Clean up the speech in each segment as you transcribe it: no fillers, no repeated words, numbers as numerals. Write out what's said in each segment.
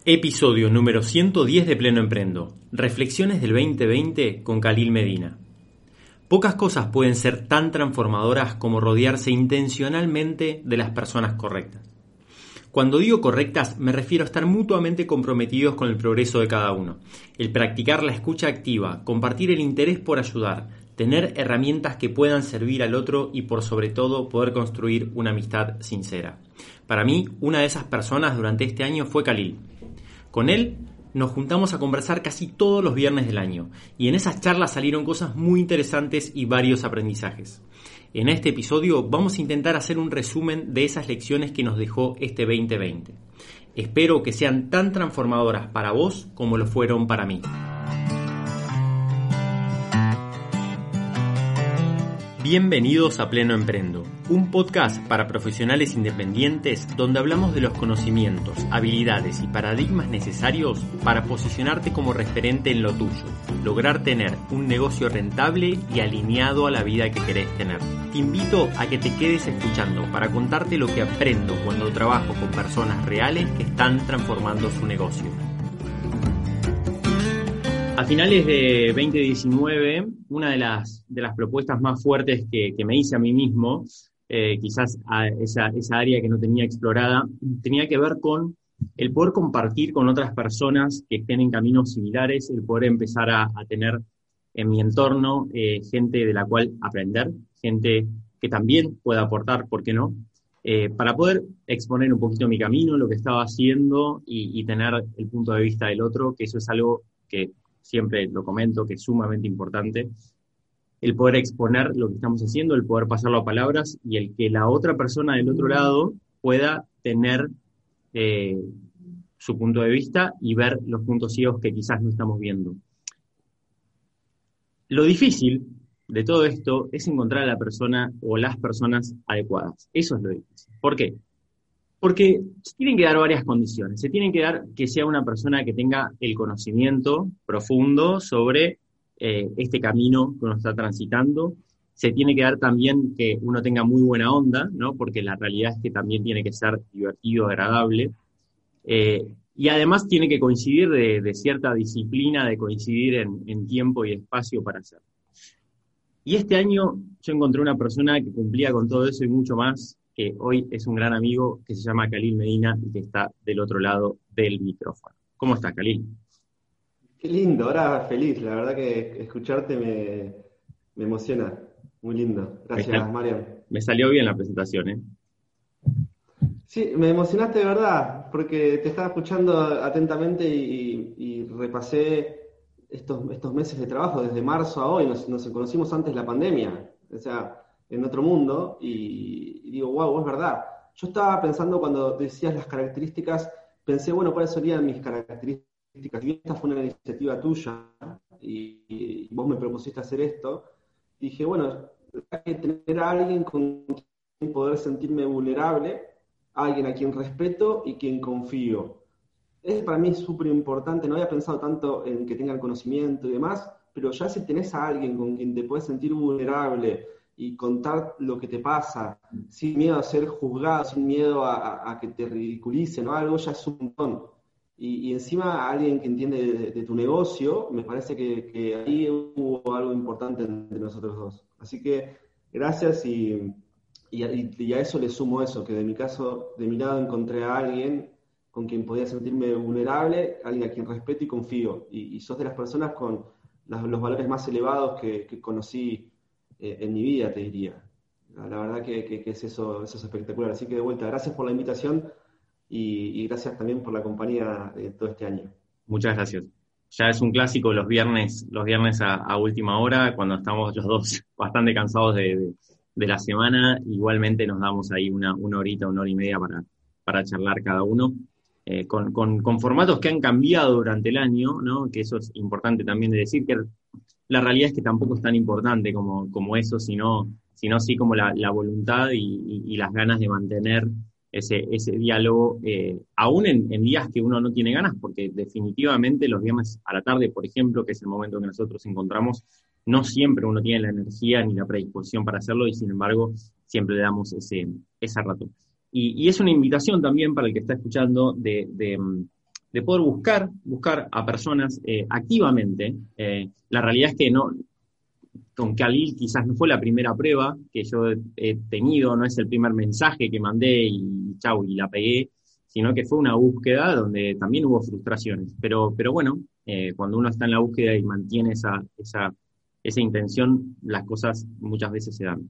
Episodio número 110 de Pleno Emprendo. Reflexiones del 2020 con Khalil Medina. Pocas cosas pueden ser tan transformadoras como rodearse intencionalmente de las personas correctas. Cuando digo correctas, me refiero a estar mutuamente comprometidos con el progreso de cada uno. El practicar la escucha activa, compartir el interés por ayudar, tener herramientas que puedan servir al otro y por sobre todo poder construir una amistad sincera. Para mí, una de esas personas durante este año fue Khalil. Con él nos juntamos a conversar casi todos los viernes del año y en esas charlas salieron cosas muy interesantes y varios aprendizajes. En este episodio vamos a intentar hacer un resumen de esas lecciones que nos dejó este 2020. Espero que sean tan transformadoras para vos como lo fueron para mí. Bienvenidos a Pleno Emprendo, un podcast para profesionales independientes donde hablamos de los conocimientos, habilidades y paradigmas necesarios para posicionarte como referente en lo tuyo, lograr tener un negocio rentable y alineado a la vida que querés tener. Te invito a que te quedes escuchando para contarte lo que aprendo cuando trabajo con personas reales que están transformando su negocio. A finales de 2019, una de las propuestas más fuertes que me hice a mí mismo, quizás a esa área que no tenía explorada, tenía que ver con el poder compartir con otras personas que estén en caminos similares, el poder empezar a tener en mi entorno gente de la cual aprender, gente que también pueda aportar, ¿por qué no? Para poder exponer un poquito mi camino, lo que estaba haciendo y tener el punto de vista del otro, que eso es algo que siempre lo comento, que es sumamente importante, el poder exponer lo que estamos haciendo, el poder pasarlo a palabras y el que la otra persona del otro lado pueda tener su punto de vista y ver los puntos ciegos que quizás no estamos viendo. Lo difícil de todo esto es encontrar a la persona o las personas adecuadas. Eso es lo difícil. ¿Por qué? Porque se tienen que dar varias condiciones. Se tienen que dar que sea una persona que tenga el conocimiento profundo sobre este camino que uno está transitando. Se tiene que dar también que uno tenga muy buena onda, ¿no? Porque la realidad es que también tiene que ser divertido, agradable. Y además tiene que coincidir de cierta disciplina, de coincidir en tiempo y espacio para hacerlo. Y este año yo encontré una persona que cumplía con todo eso y mucho más, que hoy es un gran amigo, que se llama Khalil Medina y que está del otro lado del micrófono. ¿Cómo estás, Khalil? Qué lindo, ahora feliz, la verdad que escucharte me emociona, muy lindo. Gracias, Marian. Me salió bien la presentación, ¿eh? Sí, me emocionaste de verdad, porque te estaba escuchando atentamente y repasé estos meses de trabajo, desde marzo a hoy, nos conocimos antes de la pandemia, o sea, en otro mundo, y digo, wow, es verdad. Yo estaba pensando cuando decías las características, pensé, bueno, ¿cuáles serían mis características? Si esta fue una iniciativa tuya y vos me propusiste hacer esto, dije, bueno, hay que tener a alguien con quien poder sentirme vulnerable, alguien a quien respeto y quien confío. Es para mí súper importante, no había pensado tanto en que tengan conocimiento y demás, pero ya si tenés a alguien con quien te puedes sentir vulnerable y contar lo que te pasa, sin miedo a ser juzgado, sin miedo a que te ridiculicen o algo, ya es un montón. Y encima alguien que entiende de tu negocio, me parece que ahí hubo algo importante entre nosotros dos. Así que gracias y a eso le sumo eso, que de mi lado encontré a alguien con quien podía sentirme vulnerable, alguien a quien respeto y confío. Y sos de las personas con los valores más elevados que conocí en mi vida, te diría. La verdad que eso es espectacular. Así que de vuelta, gracias por la invitación y gracias también por la compañía de todo este año. Muchas gracias. Ya es un clásico los viernes a última hora, cuando estamos los dos bastante cansados de la semana. Igualmente nos damos ahí una horita, una hora y media para charlar cada uno. Con formatos que han cambiado durante el año, ¿no? Que eso es importante también de decir, que la realidad es que tampoco es tan importante como eso, sino sí como la voluntad y las ganas de mantener ese diálogo, aún en días que uno no tiene ganas, porque definitivamente los viernes a la tarde, por ejemplo, que es el momento que nosotros encontramos, no siempre uno tiene la energía ni la predisposición para hacerlo, y sin embargo siempre le damos ese rato. Y es una invitación también para el que está escuchando de de poder buscar a personas activamente. La realidad es que no, con Khalil quizás no fue la primera prueba que yo he tenido, no es el primer mensaje que mandé y chau, y la pegué, sino que fue una búsqueda donde también hubo frustraciones. Pero bueno, cuando uno está en la búsqueda y mantiene esa intención, las cosas muchas veces se dan.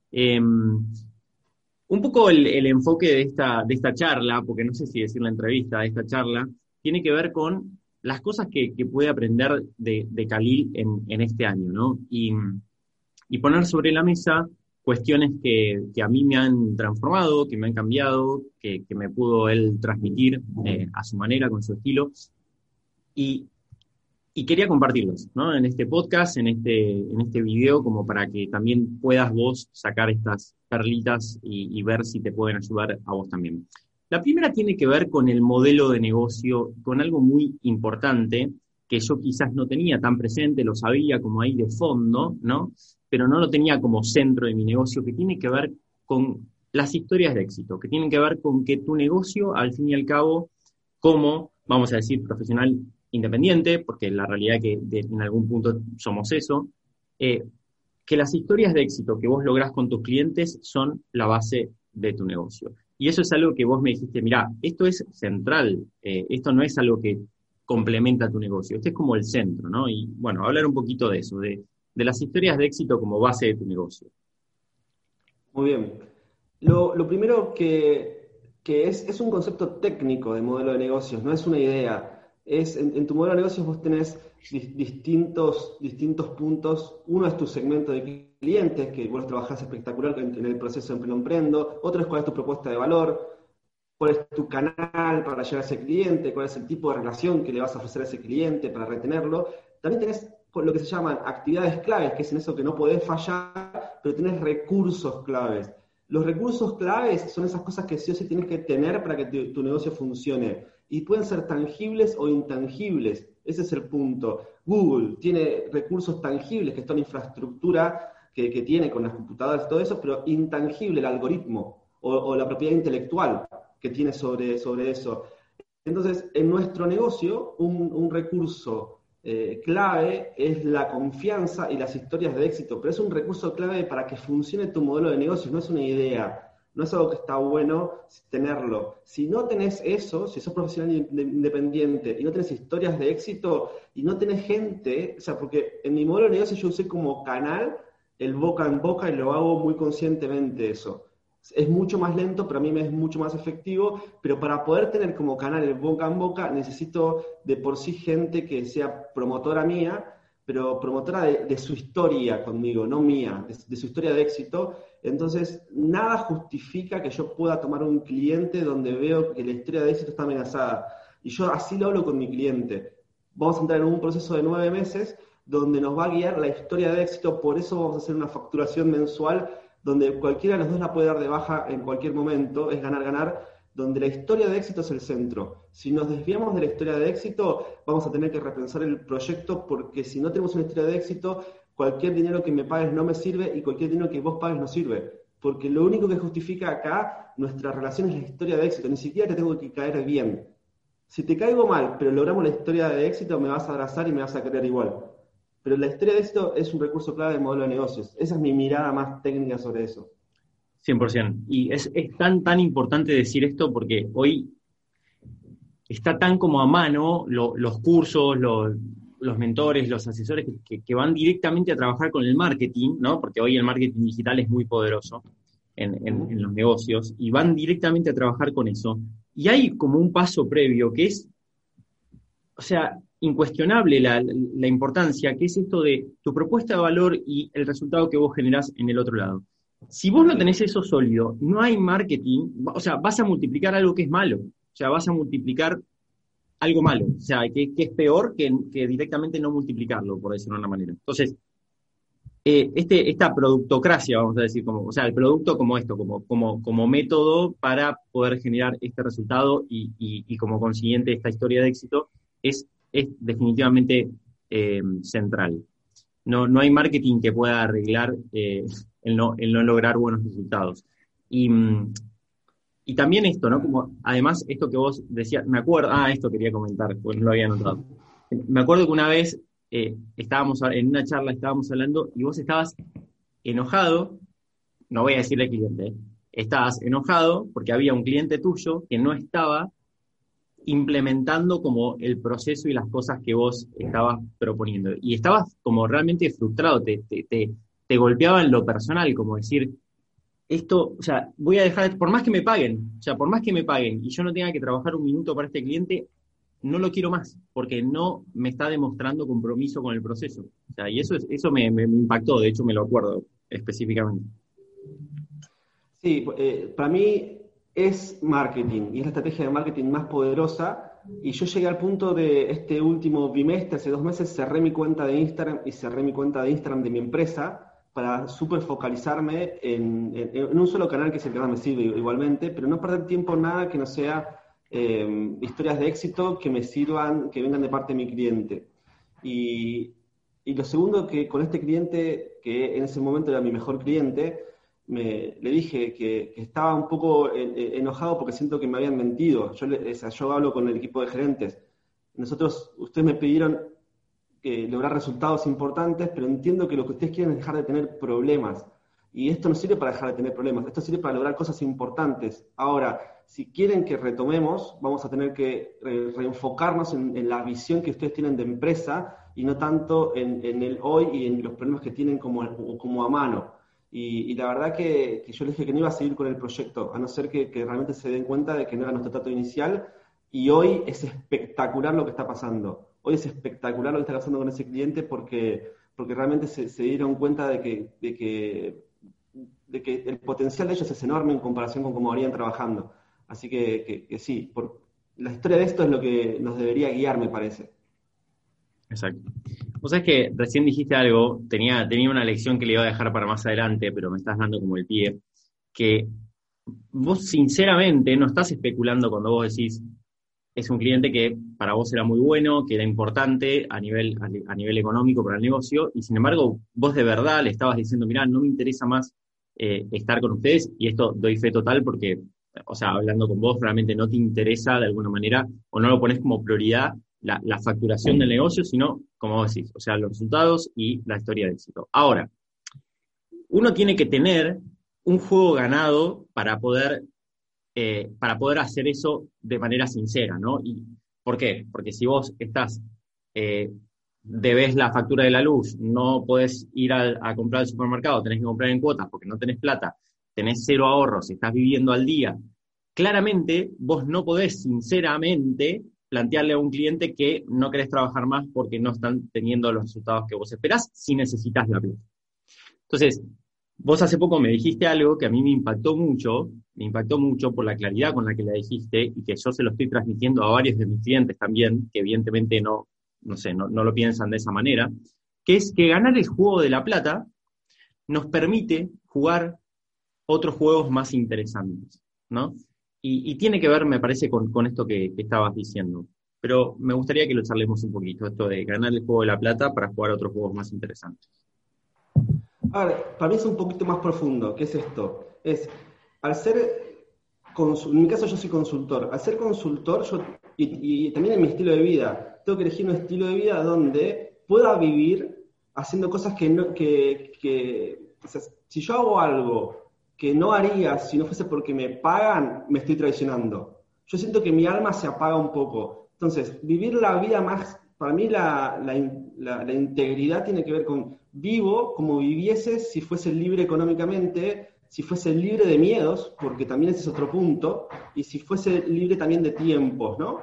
Un poco el enfoque de esta charla, porque no sé si decir la entrevista, de esta charla, tiene que ver con las cosas que puede aprender de Khalil en este año, ¿no? Y poner sobre la mesa cuestiones que a mí me han transformado, que me han cambiado, que me pudo él transmitir a su manera, con su estilo. Y, y quería compartirlos, ¿no? En este podcast, en este video, como para que también puedas vos sacar estas perlitas y ver si te pueden ayudar a vos también. La primera tiene que ver con el modelo de negocio, con algo muy importante que yo quizás no tenía tan presente, lo sabía como ahí de fondo, ¿no? Pero no lo tenía como centro de mi negocio, que tiene que ver con las historias de éxito, que tienen que ver con que tu negocio, al fin y al cabo, como, vamos a decir, profesional independiente, porque la realidad es que en algún punto somos eso, que las historias de éxito que vos lográs con tus clientes son la base de tu negocio. Y eso es algo que vos me dijiste, mirá, esto es central, esto no es algo que complementa tu negocio, este es como el centro, ¿no? Y bueno, hablar un poquito de eso, de las historias de éxito como base de tu negocio. Muy bien. Lo primero que es un concepto técnico de modelo de negocios, no es una idea. En tu modelo de negocios vos tenés distintos puntos. Uno es tu segmento de clientes, que vos trabajás espectacular en el proceso de Emprendo. Otro es cuál es tu propuesta de valor, cuál es tu canal para llegar a ese cliente, cuál es el tipo de relación que le vas a ofrecer a ese cliente para retenerlo. También tenés lo que se llaman actividades claves, que es en eso que no podés fallar, pero tenés recursos claves. Los recursos claves son esas cosas que sí o sí tienes que tener para que tu negocio funcione. Y pueden ser tangibles o intangibles. Ese es el punto. Google tiene recursos tangibles, que es toda la infraestructura que tiene con las computadoras y todo eso, pero intangible, el algoritmo o la propiedad intelectual que tiene sobre eso. Entonces, en nuestro negocio, un recurso clave es la confianza y las historias de éxito, pero es un recurso clave para que funcione tu modelo de negocios, no es una idea, no es algo que está bueno tenerlo. Si no tenés eso, si sos profesional independiente y no tenés historias de éxito y no tenés gente, o sea, porque en mi modelo de negocio yo usé como canal el boca en boca y lo hago muy conscientemente eso. Es mucho más lento, pero a mí me es mucho más efectivo, pero para poder tener como canal el boca en boca necesito de por sí gente que sea promotora mía, pero promotora de su historia conmigo, no mía, de su historia de éxito. Entonces, nada justifica que yo pueda tomar un cliente donde veo que la historia de éxito está amenazada. Y yo así lo hablo con mi cliente. Vamos a entrar en un proceso de 9 meses donde nos va a guiar la historia de éxito, por eso vamos a hacer una facturación mensual donde cualquiera de los dos la puede dar de baja en cualquier momento, es ganar, ganar, donde la historia de éxito es el centro. Si nos desviamos de la historia de éxito, vamos a tener que repensar el proyecto, porque si no tenemos una historia de éxito, cualquier dinero que me pagues no me sirve y cualquier dinero que vos pagues no sirve. Porque lo único que justifica acá nuestra relación es la historia de éxito, ni siquiera te tengo que caer bien. Si te caigo mal, pero logramos la historia de éxito, me vas a abrazar y me vas a querer igual. Pero la historia de éxito es un recurso clave del modelo de negocios. Esa es mi mirada más técnica sobre eso. 100%. Y es tan importante decir esto porque hoy está tan como a mano los cursos, los mentores, los asesores que van directamente a trabajar con el marketing, ¿no? Porque hoy el marketing digital es muy poderoso en los negocios y van directamente a trabajar con eso. Y hay como un paso previo que es, o sea, incuestionable la importancia, que es esto de tu propuesta de valor y el resultado que vos generás en el otro lado. Si vos no tenés eso sólido, no hay marketing, o sea, vas a multiplicar algo que es malo, o sea, vas a multiplicar algo malo, o sea, que es peor que directamente no multiplicarlo, por decirlo de una manera. Entonces, esta productocracia, vamos a decir, como, o sea, el producto como esto, como método para poder generar este resultado y como consiguiente esta historia de éxito, es definitivamente central. No hay marketing que pueda arreglar el no lograr buenos resultados. Y Y también esto, ¿no? Como, además, esto que vos decías, me acuerdo, esto quería comentar, pues no lo había notado. Me acuerdo que una vez estábamos en una charla, estábamos hablando y vos estabas enojado, no voy a decirle cliente, estabas enojado porque había un cliente tuyo que no estaba implementando como el proceso y las cosas que vos estabas proponiendo. Y estabas como realmente frustrado, te golpeaba en lo personal, como decir, esto, o sea, voy a dejar, por más que me paguen, o sea, por más que me paguen y yo no tenga que trabajar un minuto para este cliente, no lo quiero más, porque no me está demostrando compromiso con el proceso. O sea, y eso me impactó, de hecho me lo acuerdo específicamente. Sí, para mí es marketing y es la estrategia de marketing más poderosa. Y yo llegué al punto de este último bimestre, hace 2 meses, cerré mi cuenta de Instagram y cerré mi cuenta de Instagram de mi empresa para súper focalizarme en un solo canal, que es el que más me sirve igualmente, pero no perder tiempo en nada que no sea historias de éxito que me sirvan, que vengan de parte de mi cliente. Y, y lo segundo, que con este cliente, que en ese momento era mi mejor cliente, le dije que estaba un poco enojado porque siento que me habían mentido. Yo hablo con el equipo de gerentes. Ustedes me pidieron lograr resultados importantes, pero entiendo que lo que ustedes quieren es dejar de tener problemas. Y esto no sirve para dejar de tener problemas, esto sirve para lograr cosas importantes. Ahora, si quieren que retomemos, vamos a tener que reenfocarnos en la visión que ustedes tienen de empresa y no tanto en el hoy y en los problemas que tienen como a mano. Y la verdad que yo les dije que no iba a seguir con el proyecto, a no ser que realmente se den cuenta de que no era nuestro trato inicial. Y hoy es espectacular lo que está pasando. Hoy es espectacular lo que está pasando con ese cliente porque realmente se dieron cuenta de que el potencial de ellos es enorme en comparación con cómo venían trabajando. Así que sí, la historia de esto es lo que nos debería guiar, me parece. Exacto. Vos sabés que recién dijiste algo, tenía una lección que le iba a dejar para más adelante, pero me estás dando como el pie, que vos sinceramente no estás especulando cuando vos decís, es un cliente que para vos era muy bueno, que era importante a nivel económico para el negocio, y sin embargo vos de verdad le estabas diciendo, mirá, no me interesa más estar con ustedes, y esto doy fe total porque, o sea, hablando con vos, realmente no te interesa de alguna manera, o no lo pones como prioridad la facturación del negocio, sino, como vos decís, o sea, los resultados y la historia de éxito. Ahora, uno tiene que tener un juego ganado para poder hacer eso de manera sincera, ¿no? ¿Y por qué? Porque si vos eh, debes la factura de la luz, no podés ir a comprar al supermercado, tenés que comprar en cuotas porque no tenés plata, tenés cero ahorros, estás viviendo al día, claramente vos no podés sinceramente plantearle a un cliente que no querés trabajar más porque no están teniendo los resultados que vos esperás si necesitas la plata. Entonces, vos hace poco me dijiste algo que a mí me impactó mucho por la claridad con la que la dijiste y que yo se lo estoy transmitiendo a varios de mis clientes también, que evidentemente no sé, no lo piensan de esa manera, que es que ganar el juego de la plata nos permite jugar otros juegos más interesantes, ¿no? Y tiene que ver, me parece, con esto que estabas diciendo. Pero me gustaría que lo charlemos un poquito, esto de ganar el juego de la plata para jugar otros juegos más interesantes. Ahora, para mí es un poquito más profundo. ¿Qué es esto? Al ser, en mi caso yo soy consultor. Al ser consultor, y también en mi estilo de vida, tengo que elegir un estilo de vida donde pueda vivir haciendo cosas que no, o sea, si yo hago algo que no haría si no fuese porque me pagan, me estoy traicionando. Yo siento que mi alma se apaga un poco. Entonces, vivir la vida más, para mí la integridad tiene que ver con vivo como viviese si fuese libre económicamente, si fuese libre de miedos, porque también ese es otro punto, y si fuese libre también de tiempos, ¿no?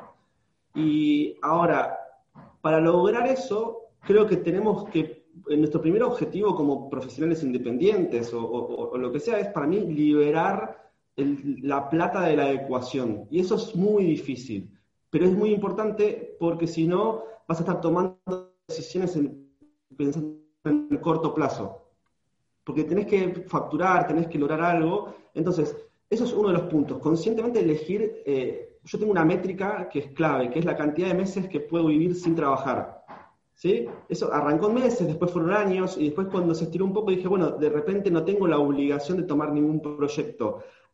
Y ahora, para lograr eso, creo que tenemos que, nuestro primer objetivo como profesionales independientes o lo que sea, es para mí liberar la plata de la ecuación. Y eso es muy difícil, pero es muy importante porque si no, vas a estar tomando decisiones pensando en el corto plazo. Porque tenés que facturar, tenés que lograr algo. Entonces, eso es uno de los puntos. Conscientemente elegir, yo tengo una métrica que es clave, que es la cantidad de meses que puedo vivir sin trabajar. ¿Sí? Eso arrancó en meses, después fueron años, y después cuando se estiró un poco dije, bueno, de repente no tengo la obligación de tomar ningún proyecto.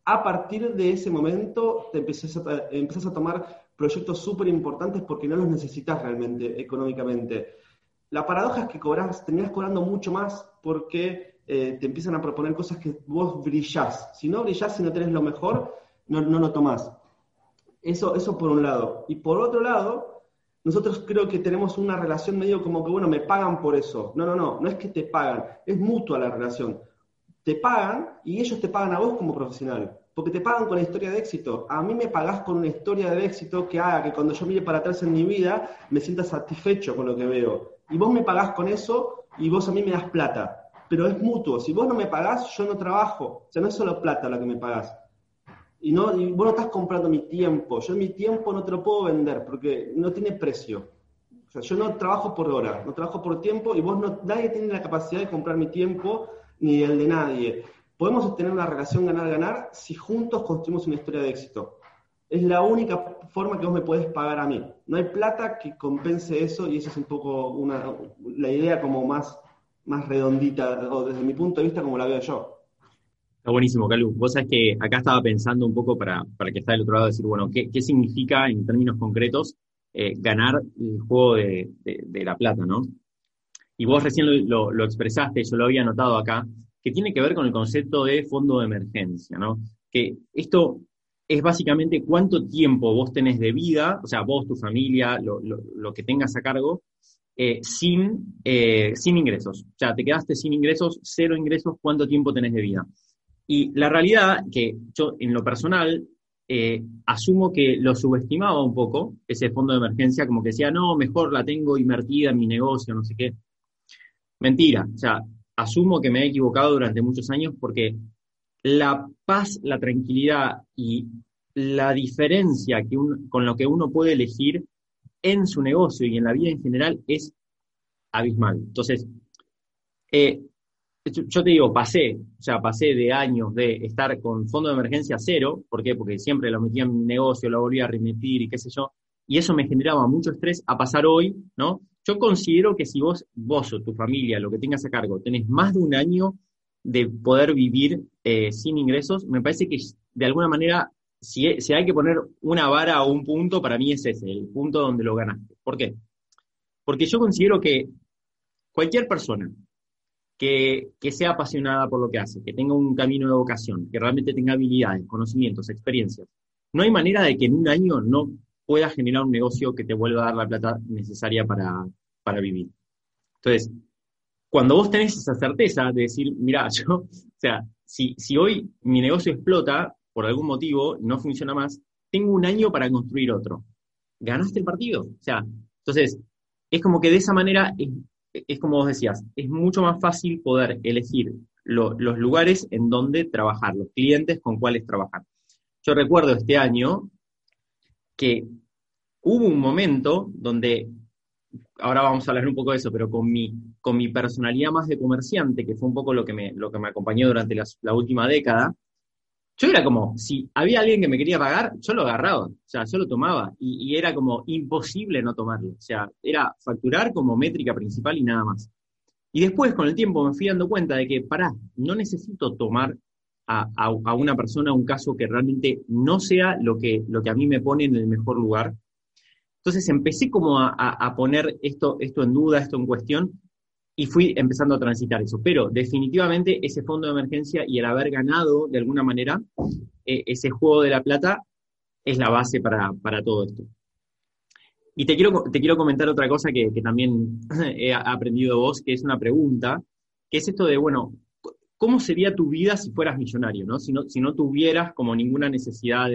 A partir de ese momento te empezás a tomar proyectos súper importantes porque no los necesitas realmente económicamente. La paradoja es que terminás cobrando mucho más porque te empiezan a proponer cosas que vos brillás. Si no brillás, si no tenés lo mejor, no lo tomás. Eso por un lado. Y por otro lado, nosotros creo que tenemos una relación medio como que, bueno, me pagan por eso. No es que te pagan, es mutua la relación. Te pagan y ellos te pagan a vos como profesional, porque te pagan con la historia de éxito. A mí me pagás con una historia de éxito que haga que cuando yo mire para atrás en mi vida me sienta satisfecho con lo que veo. Y vos me pagás con eso y vos a mí me das plata. Pero es mutuo. Si vos no me pagás, yo no trabajo. O sea, no es solo plata lo que me pagás. Y vos no estás comprando mi tiempo. Yo mi tiempo no te lo puedo vender porque no tiene precio. O sea, yo no trabajo por hora, no trabajo por tiempo y nadie tiene la capacidad de comprar mi tiempo ni el de nadie. Podemos tener una relación ganar-ganar si juntos construimos una historia de éxito. Es la única forma que vos me podés pagar a mí. No hay plata que compense eso y eso es un poco la idea como más redondita, o desde mi punto de vista como la veo yo. Está buenísimo, Calu. Vos sabés que acá estaba pensando un poco para que está del otro lado, decir, bueno, ¿qué significa en términos concretos ganar el juego de la plata, ¿no? Y vos recién lo expresaste, yo lo había notado acá, que tiene que ver con el concepto de fondo de emergencia, ¿no? Que esto es básicamente cuánto tiempo vos tenés de vida, o sea, vos, tu familia, lo que tengas a cargo, sin ingresos. O sea, te quedaste sin ingresos, 0 ingresos, ¿cuánto tiempo tenés de vida? Y la realidad que yo, en lo personal, asumo que lo subestimaba un poco, ese fondo de emergencia, como que decía, no, mejor la tengo invertida en mi negocio, no sé qué. Mentira, o sea, asumo que me he equivocado durante muchos años porque la paz, la tranquilidad y la diferencia con lo que uno puede elegir en su negocio y en la vida en general es abismal. Entonces, yo te digo, pasé de años de estar con fondo de emergencia 0, ¿por qué? Porque siempre lo metía en mi negocio, lo volvía a remitir y qué sé yo, y eso me generaba mucho estrés a pasar hoy, ¿no? Yo considero que si vos o tu familia, lo que tengas a cargo, tenés más de un año de poder vivir sin ingresos, me parece que de alguna manera, si hay que poner una vara o un punto, para mí es ese, el punto donde lo ganaste. ¿Por qué? Porque yo considero que cualquier persona que sea apasionada por lo que hace, que tenga un camino de vocación, que realmente tenga habilidades, conocimientos, experiencias, no hay manera de que en un año no puedas generar un negocio que te vuelva a dar la plata necesaria para vivir. Entonces, cuando vos tenés esa certeza de decir, mirá, o sea, si hoy mi negocio explota por algún motivo, no funciona más, tengo un año para construir otro. Ganaste el partido. O sea, entonces, es como que de esa manera, es como vos decías, es mucho más fácil poder elegir los lugares en donde trabajar, los clientes con cuáles trabajar. Yo recuerdo este año que hubo un momento donde, ahora vamos a hablar un poco de eso, pero con mi personalidad más de comerciante, que fue un poco lo que me acompañó durante la última década, yo era como, si había alguien que me quería pagar, yo lo agarraba, o sea, yo lo tomaba, y era como imposible no tomarlo, o sea, era facturar como métrica principal y nada más. Y después, con el tiempo, me fui dando cuenta de que, no necesito tomar a una persona un caso que realmente no sea lo que a mí me pone en el mejor lugar. Entonces empecé como a poner esto en duda, esto en cuestión, y fui empezando a transitar eso. Pero definitivamente ese fondo de emergencia y el haber ganado de alguna manera ese juego de la plata es la base para todo esto. Y te quiero comentar otra cosa que también he aprendido de vos, que es una pregunta, que es esto de, bueno, ¿cómo sería tu vida si fueras millonario, ¿no? Si no tuvieras como ninguna necesidad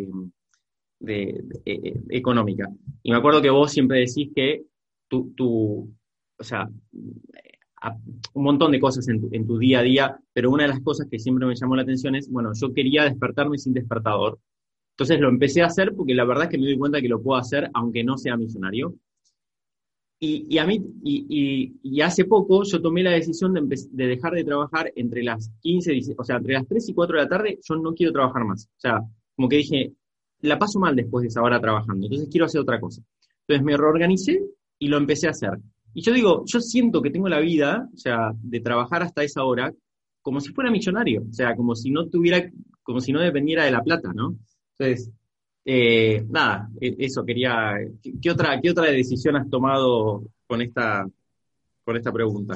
económica. Y me acuerdo que vos siempre decís que o sea, un montón de cosas en tu día a día, pero una de las cosas que siempre me llamó la atención es, bueno, yo quería despertarme sin despertador. Entonces lo empecé a hacer porque la verdad es que me doy cuenta que lo puedo hacer aunque no sea millonario. Y a mí, y hace poco yo tomé la decisión de dejar de trabajar entre las 15, o sea, entre las 3 y 4 de la tarde, yo no quiero trabajar más. O sea, como que dije, la paso mal después de esa hora trabajando, entonces quiero hacer otra cosa. Entonces me reorganicé y lo empecé a hacer. Y yo digo, yo siento que tengo la vida, o sea, de trabajar hasta esa hora, como si fuera millonario. O sea, como si no tuviera como si no dependiera de la plata, ¿no? Entonces, nada, eso quería. ¿Qué otra decisión has tomado con esta pregunta?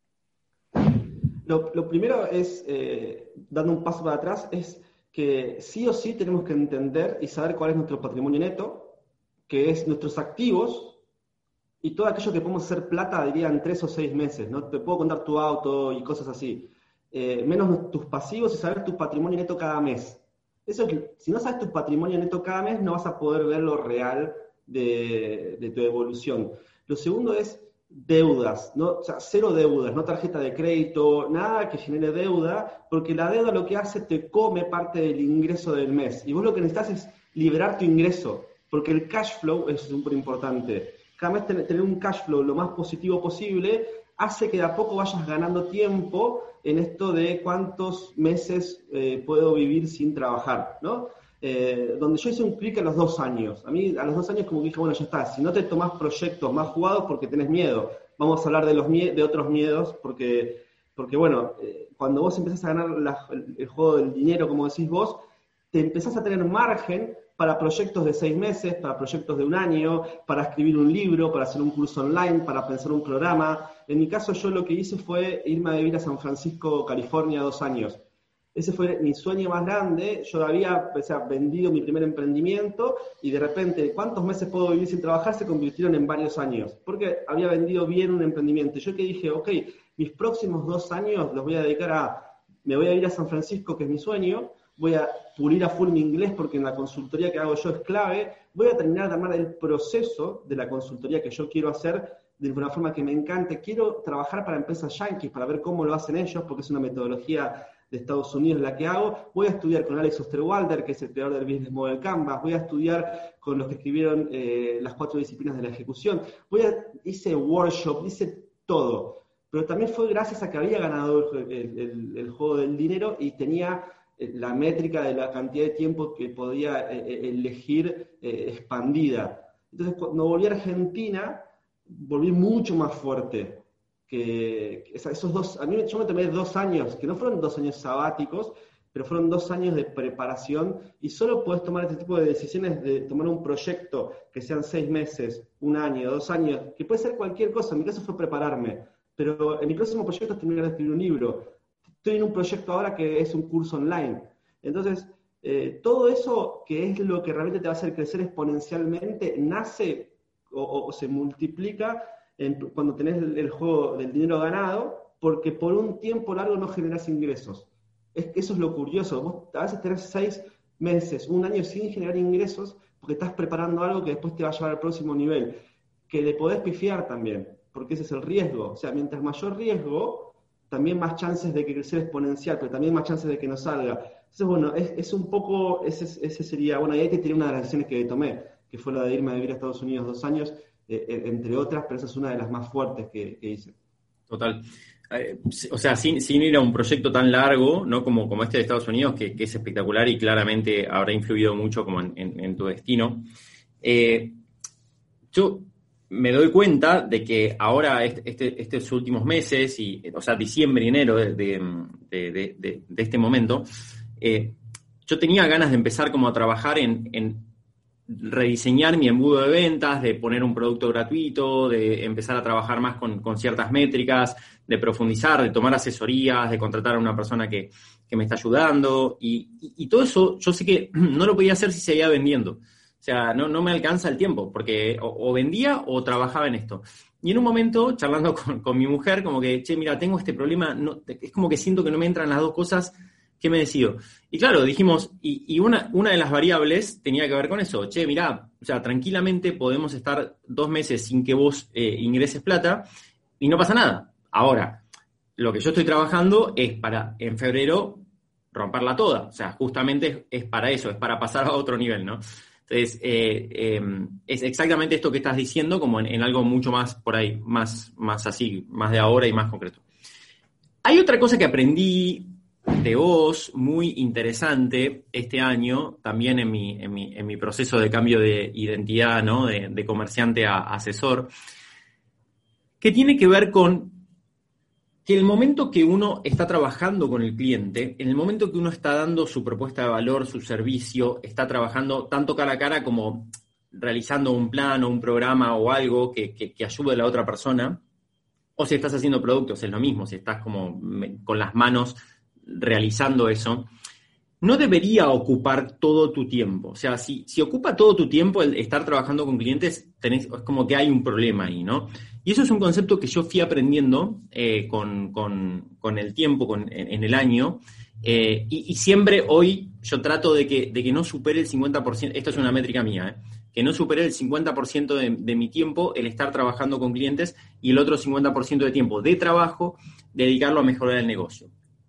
Lo primero es, dando un paso para atrás, es que sí o sí tenemos que entender y saber cuál es nuestro patrimonio neto, que es nuestros activos y todo aquello que podemos hacer plata, diría, en 3 o 6 meses, ¿no? Te puedo contar tu auto y cosas así. Menos tus pasivos y saber tu patrimonio neto cada mes. Eso, si no sabes tu patrimonio neto cada mes, no vas a poder ver lo real de tu evolución. Lo segundo es deudas, ¿no? O sea, cero deudas, no tarjeta de crédito, nada que genere deuda, porque la deuda lo que hace te come parte del ingreso del mes. Y vos lo que necesitas es liberar tu ingreso, porque el cash flow es súper importante. Cada mes tener un cash flow lo más positivo posible hace que de a poco vayas ganando tiempo en esto de cuántos meses puedo vivir sin trabajar, ¿no? Donde yo hice un clic a los 2 años. A mí a los 2 años como que dije, bueno, ya está, si no te tomás proyectos más jugados porque tenés miedo. Vamos a hablar de otros miedos porque bueno, cuando vos empezás a ganar el juego del dinero, como decís vos, te empezás a tener margen para proyectos de 6 meses, para proyectos de 1 año, para escribir un libro, para hacer un curso online, para pensar un programa. En mi caso, yo lo que hice fue irme a vivir a San Francisco, California, 2 años. Ese fue mi sueño más grande. Yo había vendido mi primer emprendimiento y de repente, ¿cuántos meses puedo vivir sin trabajar? Se convirtieron en varios años, porque había vendido bien un emprendimiento. Yo que dije, ok, mis próximos 2 años los voy a dedicar me voy a ir a San Francisco, que es mi sueño, voy a pulir a full mi inglés porque en la consultoría que hago yo es clave, voy a terminar de armar el proceso de la consultoría que yo quiero hacer de una forma que me encante. Quiero trabajar para empresas yankees para ver cómo lo hacen ellos, porque es una metodología de Estados Unidos la que hago. Voy a estudiar con Alex Osterwalder, que es el creador del Business Model Canvas. Voy a estudiar con los que escribieron las 4 disciplinas de la ejecución. Hice workshop, hice todo. Pero también fue gracias a que había ganado el juego del dinero y tenía la métrica de la cantidad de tiempo que podía elegir expandida. Entonces, cuando volví a Argentina, volví mucho más fuerte. Esos 2, yo me tomé 2 años, que no fueron 2 años sabáticos, pero fueron 2 años de preparación y solo podés tomar este tipo de decisiones de tomar un proyecto que sean 6 meses, 1 año, 2 años, que puede ser cualquier cosa. En mi caso fue prepararme, pero en mi próximo proyecto es terminar de escribir un libro. Estoy en un proyecto ahora que es un curso online. Entonces, todo eso que es lo que realmente te va a hacer crecer exponencialmente, nace o se multiplica cuando tenés el juego del dinero ganado, porque por un tiempo largo no generás ingresos. Eso es lo curioso. Vos a veces tenés 6 meses, 1 año sin generar ingresos, porque estás preparando algo que después te va a llevar al próximo nivel, que le podés pifiar también, porque ese es el riesgo. O sea, mientras mayor riesgo, también más chances de que crecer exponencial, pero también más chances de que no salga. Entonces, bueno, es un poco, ese sería, bueno, y ahí te tiré una de las decisiones que tomé, que fue la de irme a vivir a Estados Unidos 2 años, entre otras, pero esa es una de las más fuertes que hice. Total. O sea, sin ir a un proyecto tan largo, ¿no? Como este de Estados Unidos, que es espectacular y claramente habrá influido mucho como en tu destino. Yo me doy cuenta de que ahora, estos últimos meses, o sea, diciembre y enero de este momento, yo tenía ganas de empezar como a trabajar en rediseñar mi embudo de ventas, de poner un producto gratuito, de empezar a trabajar más con ciertas métricas, de profundizar, de tomar asesorías, de contratar a una persona que me está ayudando. Y todo eso yo sé que no lo podía hacer si seguía vendiendo. O sea, no me alcanza el tiempo, porque o vendía o trabajaba en esto. Y en un momento, charlando con mi mujer, como que, che, mira, tengo este problema, es como que siento que no me entran las dos cosas. ¿Qué me decido? Y claro, dijimos, y una de las variables tenía que ver con eso. Che, mirá, o sea, tranquilamente podemos estar 2 meses sin que vos ingreses plata y no pasa nada. Ahora, lo que yo estoy trabajando es para, en febrero, romperla toda. O sea, justamente es para eso, es para pasar a otro nivel, ¿no? Entonces, es exactamente esto que estás diciendo, como en algo mucho más por ahí, más así, más de ahora y más concreto. Hay otra cosa que aprendí de vos, muy interesante este año, también en mi proceso de cambio de identidad, ¿no? De comerciante a asesor, que tiene que ver con Que el momento que uno está trabajando con el cliente, en el momento que uno está dando su propuesta de valor, su servicio, está trabajando tanto cara a cara como realizando un plan o un programa o algo que ayude a la otra persona, o si estás haciendo productos, es lo mismo, si estás como con las manos realizando eso, no debería ocupar todo tu tiempo. O sea, si ocupa todo tu tiempo el estar trabajando con clientes, es como que hay un problema ahí, ¿no? Y eso es un concepto que yo fui aprendiendo con el tiempo, en el año, y siempre hoy yo trato de que no supere el 50%, esto es una métrica mía, que no supere el 50% de mi tiempo el estar trabajando con clientes y el otro 50% de tiempo de trabajo dedicarlo a mejorar el negocio.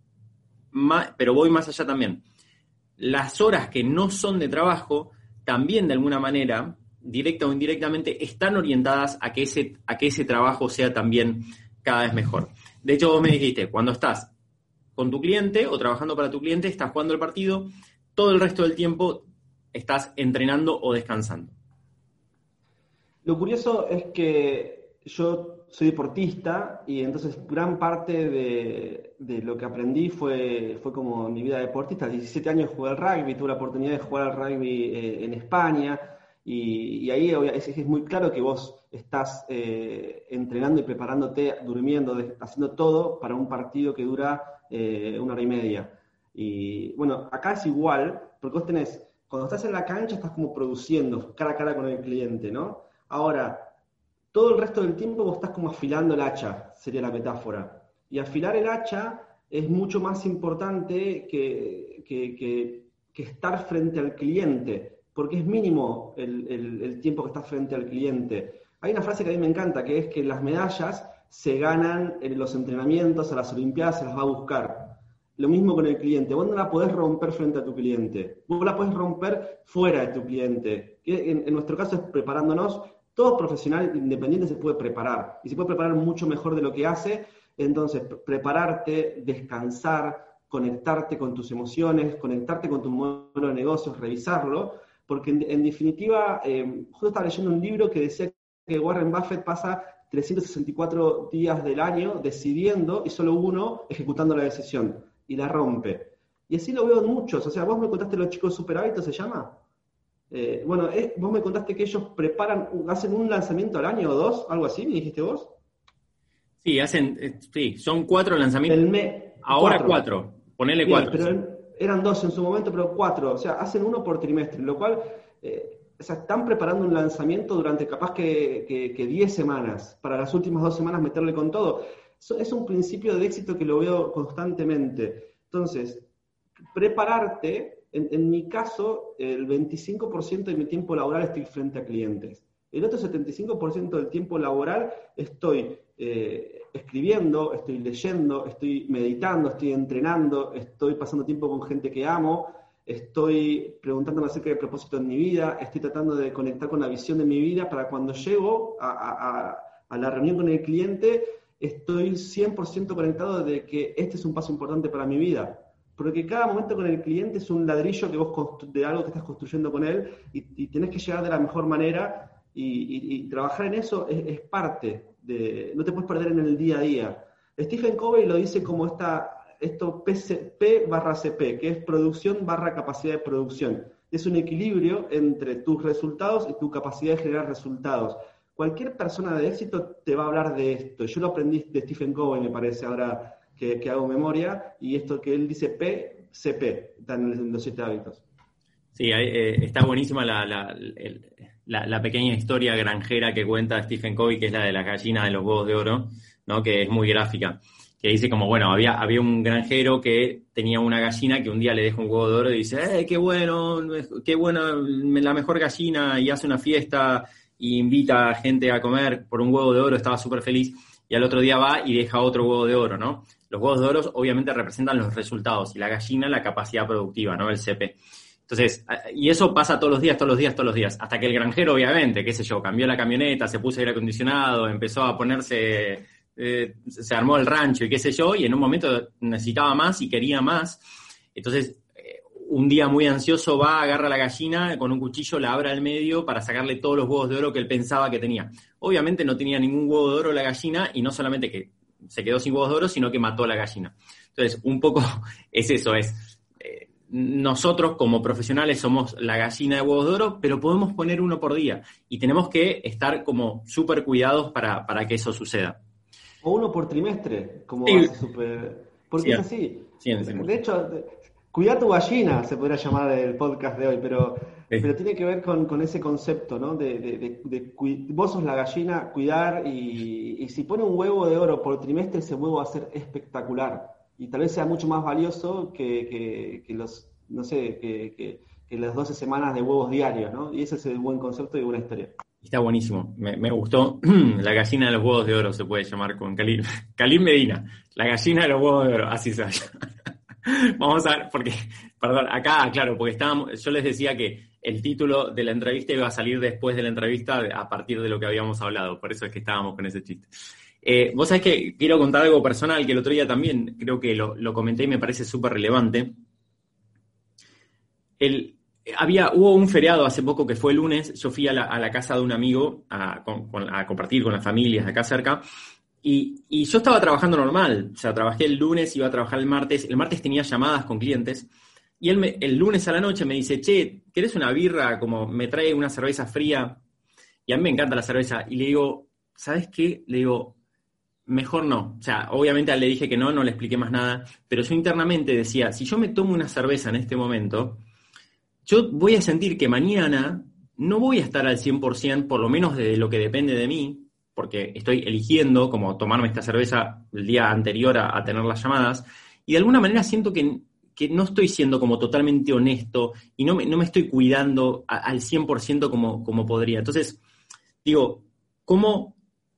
Pero voy más allá también. Las horas que no son de trabajo, también de alguna manera, directa o indirectamente, están orientadas a que ese trabajo sea también cada vez mejor. De hecho, vos me dijiste, cuando estás con tu cliente o trabajando para tu cliente, estás jugando el partido, todo el resto del tiempo estás entrenando o descansando. Lo curioso es que yo soy deportista y entonces gran parte de lo que aprendí fue como mi vida de deportista. A 17 años jugué al rugby, tuve la oportunidad de jugar al rugby en España y ahí es muy claro que vos estás entrenando y preparándote, durmiendo, haciendo todo para un partido que dura 1 hora y media. Y bueno, acá es igual, porque vos cuando estás en la cancha estás como produciendo cara a cara con el cliente, ¿no? Ahora, todo el resto del tiempo vos estás como afilando el hacha, sería la metáfora. Y afilar el hacha es mucho más importante que estar frente al cliente, porque es mínimo el tiempo que estás frente al cliente. Hay una frase que a mí me encanta, que es que las medallas se ganan en los entrenamientos, a las Olimpiadas se las va a buscar. Lo mismo con el cliente. Vos no la podés romper frente a tu cliente. Vos la podés romper fuera de tu cliente. Que en nuestro caso es preparándonos. Todo profesional independiente se puede preparar. Y se puede preparar mucho mejor de lo que hace. Entonces, prepararte, descansar, conectarte con tus emociones, conectarte con tu modelo de negocios, revisarlo. Porque en definitiva, justo estaba leyendo un libro que decía que Warren Buffett pasa 364 días del año decidiendo y solo uno ejecutando la decisión. Y la rompe. Y así lo veo en muchos. O sea, vos me contaste los chicos de Super Hábitos, ¿se llama? Vos me contaste que ellos hacen un lanzamiento al año o dos, algo así, ¿me dijiste vos? Sí, son 4 lanzamientos. Ahora 4. Ponele 4. Pero eran 2 en su momento, pero 4. O sea, hacen uno por trimestre, lo cual, o sea, están preparando un lanzamiento durante capaz que 10 semanas, para las últimas 2 semanas meterle con todo. Es un principio de éxito que lo veo constantemente. Entonces, prepararte, en mi caso, el 25% de mi tiempo laboral estoy frente a clientes. El otro 75% del tiempo laboral estoy escribiendo, estoy leyendo, estoy meditando, estoy entrenando, estoy pasando tiempo con gente que amo, estoy preguntándome acerca del propósito en mi vida, estoy tratando de conectar con la visión de mi vida para cuando llego a la reunión con el cliente, estoy 100% conectado de que este es un paso importante para mi vida. Porque cada momento con el cliente es un ladrillo de algo que estás construyendo con él y tenés que llegar de la mejor manera y trabajar en eso es parte no te puedes perder en el día a día. Stephen Covey lo dice como esto P/CP, que es producción / capacidad de producción. Es un equilibrio entre tus resultados y tu capacidad de generar resultados. Cualquier persona de éxito te va a hablar de esto. Yo lo aprendí de Stephen Covey, me parece, ahora que hago memoria, y esto que él dice P/CP, está en los 7 hábitos. Sí, está buenísima la pequeña historia granjera que cuenta Stephen Covey, que es la de la gallina de los huevos de oro, ¿no? Que es muy gráfica, que dice como, bueno, había un granjero que tenía una gallina que un día le deja un huevo de oro y dice, qué bueno, la mejor gallina, y hace una fiesta y invita a gente a comer por un huevo de oro, estaba súper feliz, y al otro día va y deja otro huevo de oro, ¿no? Los huevos de oro obviamente representan los resultados y la gallina la capacidad productiva, ¿no? El CP. Entonces, y eso pasa todos los días, hasta que el granjero, obviamente, qué sé yo, cambió la camioneta, se puso aire acondicionado, empezó a ponerse, se armó el rancho y qué sé yo, y en un momento necesitaba más y quería más. Entonces, un día muy ansioso va, agarra la gallina, con un cuchillo la abre al medio para sacarle todos los huevos de oro que él pensaba que tenía. Obviamente no tenía ningún huevo de oro la gallina, y no solamente que se quedó sin huevos de oro, sino que mató a la gallina. Entonces, un poco es eso, nosotros como profesionales somos la gallina de huevos de oro, pero podemos poner uno por día y tenemos que estar como súper cuidados para que eso suceda. O uno por trimestre, como Sí, base súper... Porque es así. De hecho, cuidar tu gallina se podría llamar el podcast de hoy, pero tiene que ver con ese concepto, ¿no? Vos sos la gallina, cuidar, y si pone un huevo de oro por trimestre, ese huevo va a ser espectacular. Y tal vez sea mucho más valioso que los, no sé, que las 12 semanas de huevos diarios, ¿no? Y ese es el buen concepto y buena historia. Está buenísimo, me gustó. La gallina de los huevos de oro se puede llamar con Khalil Medina, la gallina de los huevos de oro, así se llama. Vamos a ver, porque, perdón, acá, claro, porque yo les decía que el título de la entrevista iba a salir después de la entrevista a partir de lo que habíamos hablado, por eso es que estábamos con ese chiste. Vos sabés que quiero contar algo personal que el otro día también creo que lo comenté y me parece súper relevante. Hubo un feriado hace poco que fue el lunes, yo fui a la casa de un amigo a compartir con las familias de acá cerca, y yo estaba trabajando normal, o sea, trabajé el lunes, iba a trabajar el martes tenía llamadas con clientes, y él el lunes a la noche me dice, che, ¿querés una birra? Como me trae una cerveza fría, y a mí me encanta la cerveza, y le digo, ¿sabes qué? Le digo, mejor no, o sea, obviamente le dije que no le expliqué más nada, pero yo internamente decía, si yo me tomo una cerveza en este momento, yo voy a sentir que mañana no voy a estar al 100%, por lo menos de lo que depende de mí, porque estoy eligiendo como tomarme esta cerveza el día anterior a tener las llamadas, y de alguna manera siento que no estoy siendo como totalmente honesto y no me estoy cuidando al 100% como podría. Entonces, digo, ¿cómo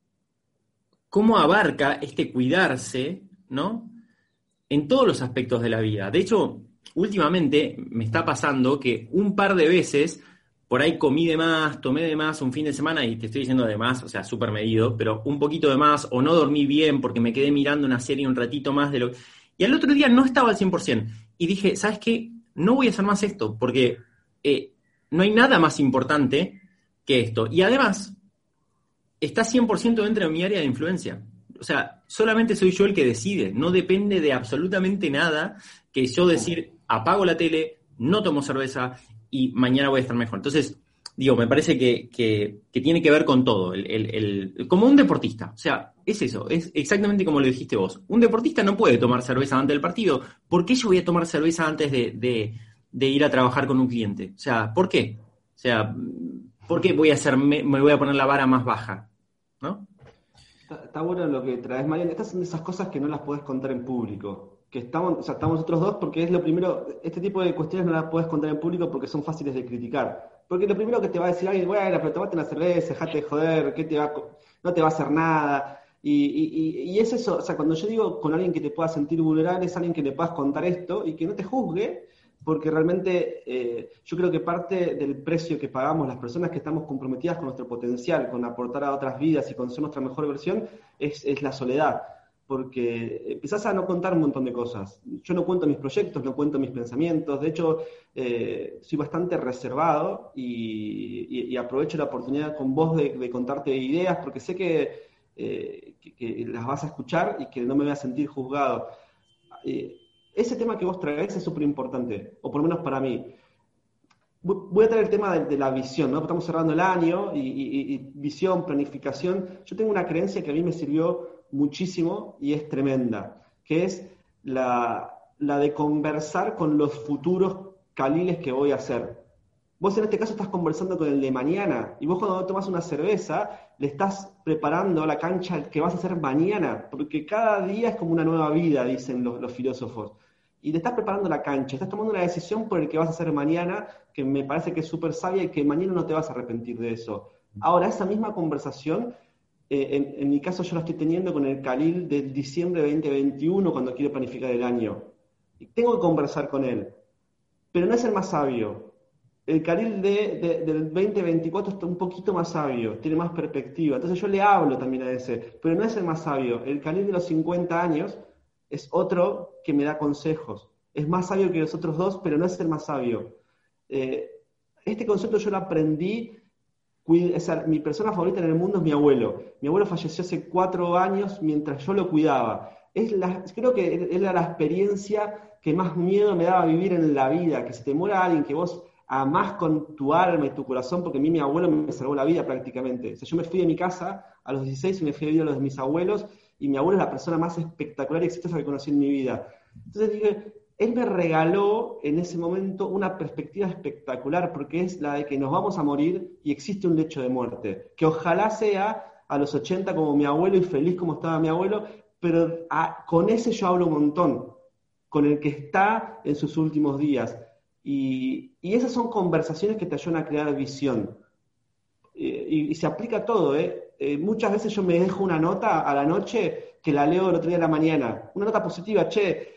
abarca este cuidarse, ¿no? En todos los aspectos de la vida? De hecho, últimamente me está pasando que un par de veces por ahí comí de más, tomé de más un fin de semana, y te estoy diciendo de más, o sea, súper medido, pero un poquito de más, o no dormí bien porque me quedé mirando una serie un ratito más de lo... Y al otro día no estaba al 100%. Y dije, ¿sabes qué? No voy a hacer más esto, porque no hay nada más importante que esto. Y además, está 100% dentro de mi área de influencia. O sea, solamente soy yo el que decide, no depende de absolutamente nada que yo decir, apago la tele, no tomo cerveza y mañana voy a estar mejor. Entonces, digo, me parece que tiene que ver con todo, como un deportista. O sea, es eso, es exactamente como lo dijiste vos. Un deportista no puede tomar cerveza antes del partido. ¿Por qué yo voy a tomar cerveza antes de ir a trabajar con un cliente? O sea, ¿por qué? O sea, ¿por qué me voy a poner la vara más baja? ¿No? Está bueno lo que traes, Marian. Estas son de esas cosas que no las podés contar en público. Que estamos nosotros dos porque es lo primero. Este tipo de cuestiones no las podés contar en público porque son fáciles de criticar. Porque lo primero que te va a decir alguien, bueno, pero tomate una cerveza, dejate de joder, no te va a hacer nada. Y es eso, o sea, cuando yo digo con alguien que te pueda sentir vulnerable, es alguien que le puedas contar esto y que no te juzgue, porque realmente yo creo que parte del precio que pagamos las personas que estamos comprometidas con nuestro potencial, con aportar a otras vidas y con ser nuestra mejor versión, es la soledad. Porque empezás a no contar un montón de cosas. Yo no cuento mis proyectos, no cuento mis pensamientos. De hecho, soy bastante reservado y aprovecho la oportunidad con vos de contarte ideas, porque sé que las vas a escuchar y que no me voy a sentir juzgado. Ese tema que vos traes es súper importante, o por lo menos para mí. Voy a traer el tema de la visión, ¿no? Estamos cerrando el año y visión, planificación. Yo tengo una creencia que a mí me sirvió muchísimo y es tremenda, que es la de conversar con los futuros Khaliles que voy a hacer. Vos en este caso estás conversando con el de mañana, y vos cuando tomas una cerveza le estás preparando la cancha que vas a hacer mañana, porque cada día es como una nueva vida, dicen los filósofos. Y le estás preparando la cancha, estás tomando una decisión por el que vas a hacer mañana, que me parece que es súper sabia y que mañana no te vas a arrepentir de eso. Ahora, esa misma conversación, en mi caso yo la estoy teniendo con el Khalil del diciembre de 2021, cuando quiero planificar el año. Y tengo que conversar con él, pero no es el más sabio. El Khalil del 2024 está un poquito más sabio, tiene más perspectiva. Entonces yo le hablo también a ese, pero no es el más sabio. El Khalil de los 50 años es otro que me da consejos. Es más sabio que los otros dos, pero no es el más sabio. Este concepto yo lo aprendí mi persona favorita en el mundo es mi abuelo. Mi abuelo falleció hace 4 años mientras yo lo cuidaba. Creo que era la experiencia que más miedo me daba vivir en la vida, que se te muera alguien que vos amás con tu alma y tu corazón, porque a mí mi abuelo me salvó la vida prácticamente. O sea, yo me fui de mi casa a los 16 y me fui a vivir a los de mis abuelos, y mi abuelo es la persona más espectacular y exitosa que conocí en mi vida. Entonces dije, él me regaló en ese momento una perspectiva espectacular, porque es la de que nos vamos a morir y existe un lecho de muerte, que ojalá sea a los 80 como mi abuelo y feliz como estaba mi abuelo, pero con ese yo hablo un montón, con el que está en sus últimos días. Y esas son conversaciones que te ayudan a crear visión. Y se aplica a todo, ¿eh? Muchas veces yo me dejo una nota a la noche que la leo el otro día de la mañana. Una nota positiva,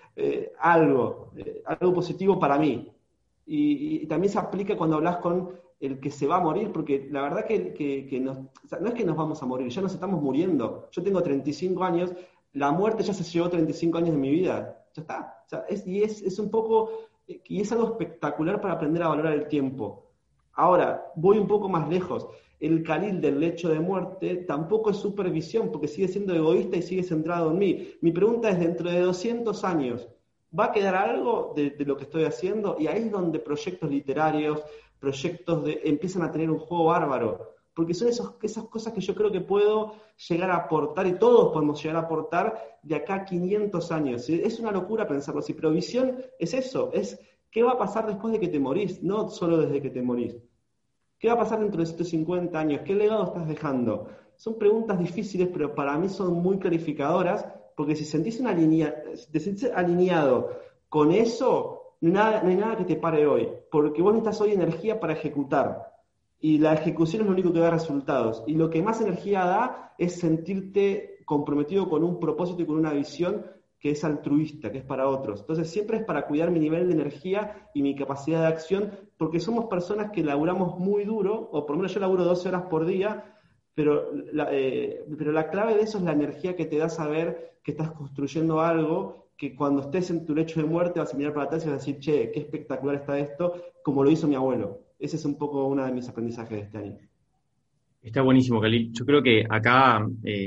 algo positivo para mí. Y también se aplica cuando hablas con el que se va a morir, porque la verdad que o sea, no es que nos vamos a morir, ya nos estamos muriendo. Yo tengo 35 años, la muerte ya se llevó 35 años de mi vida, ya está. O sea, es un poco, y es algo espectacular para aprender a valorar el tiempo. Ahora, voy un poco más lejos. El Khalil del lecho de muerte tampoco es supervisión, porque sigue siendo egoísta y sigue centrado en mí. Mi pregunta es, dentro de 200 años, ¿va a quedar algo de lo que estoy haciendo? Y ahí es donde proyectos literarios, empiezan a tener un juego bárbaro, porque son esas cosas que yo creo que puedo llegar a aportar, y todos podemos llegar a aportar de acá a 500 años. Es una locura pensarlo así, pero visión es eso, es qué va a pasar después de que te morís, no solo desde que te morís. ¿Qué va a pasar dentro de 150 años? ¿Qué legado estás dejando? Son preguntas difíciles, pero para mí son muy clarificadoras, porque si te sentís alineado con eso, no hay nada que te pare hoy, porque vos necesitas hoy energía para ejecutar, y la ejecución es lo único que da resultados, y lo que más energía da es sentirte comprometido con un propósito y con una visión que es altruista, que es para otros. Entonces siempre es para cuidar mi nivel de energía y mi capacidad de acción, porque somos personas que laburamos muy duro, o por lo menos yo laburo 12 horas por día, pero la clave de eso es la energía que te da saber que estás construyendo algo, que cuando estés en tu lecho de muerte vas a mirar para atrás y vas a decir, che, qué espectacular está esto, como lo hizo mi abuelo. Ese es un poco uno de mis aprendizajes de este año. Está buenísimo, Khalil. Yo creo que acá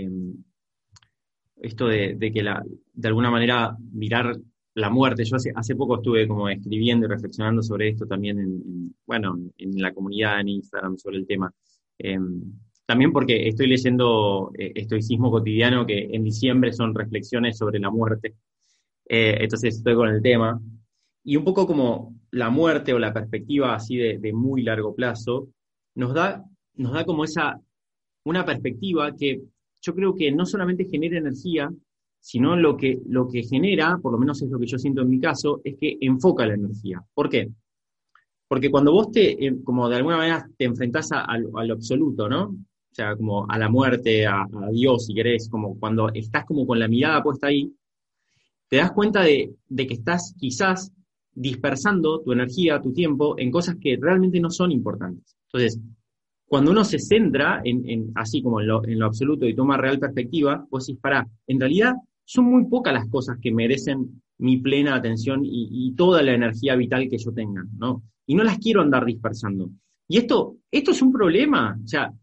esto de que de alguna manera mirar la muerte, yo hace poco estuve como escribiendo y reflexionando sobre esto también en la comunidad en Instagram sobre el tema. También porque estoy leyendo Estoicismo Cotidiano, que en diciembre son reflexiones sobre la muerte. Entonces estoy con el tema. Y un poco como la muerte o la perspectiva así de muy largo plazo, nos da como una perspectiva que yo creo que no solamente genera energía, sino lo que genera, por lo menos es lo que yo siento en mi caso, es que enfoca la energía. ¿Por qué? Porque cuando vos como de alguna manera te enfrentás a lo absoluto, ¿no? O sea, como a la muerte, a Dios, si querés, como cuando estás como con la mirada puesta ahí, te das cuenta de que estás quizás dispersando tu energía, tu tiempo, en cosas que realmente no son importantes. Entonces, cuando uno se centra así como en lo absoluto y toma real perspectiva, vos decís, pará, en realidad son muy pocas las cosas que merecen mi plena atención y toda la energía vital que yo tenga, ¿no? Y no las quiero andar dispersando. Y esto es un problema, o sea,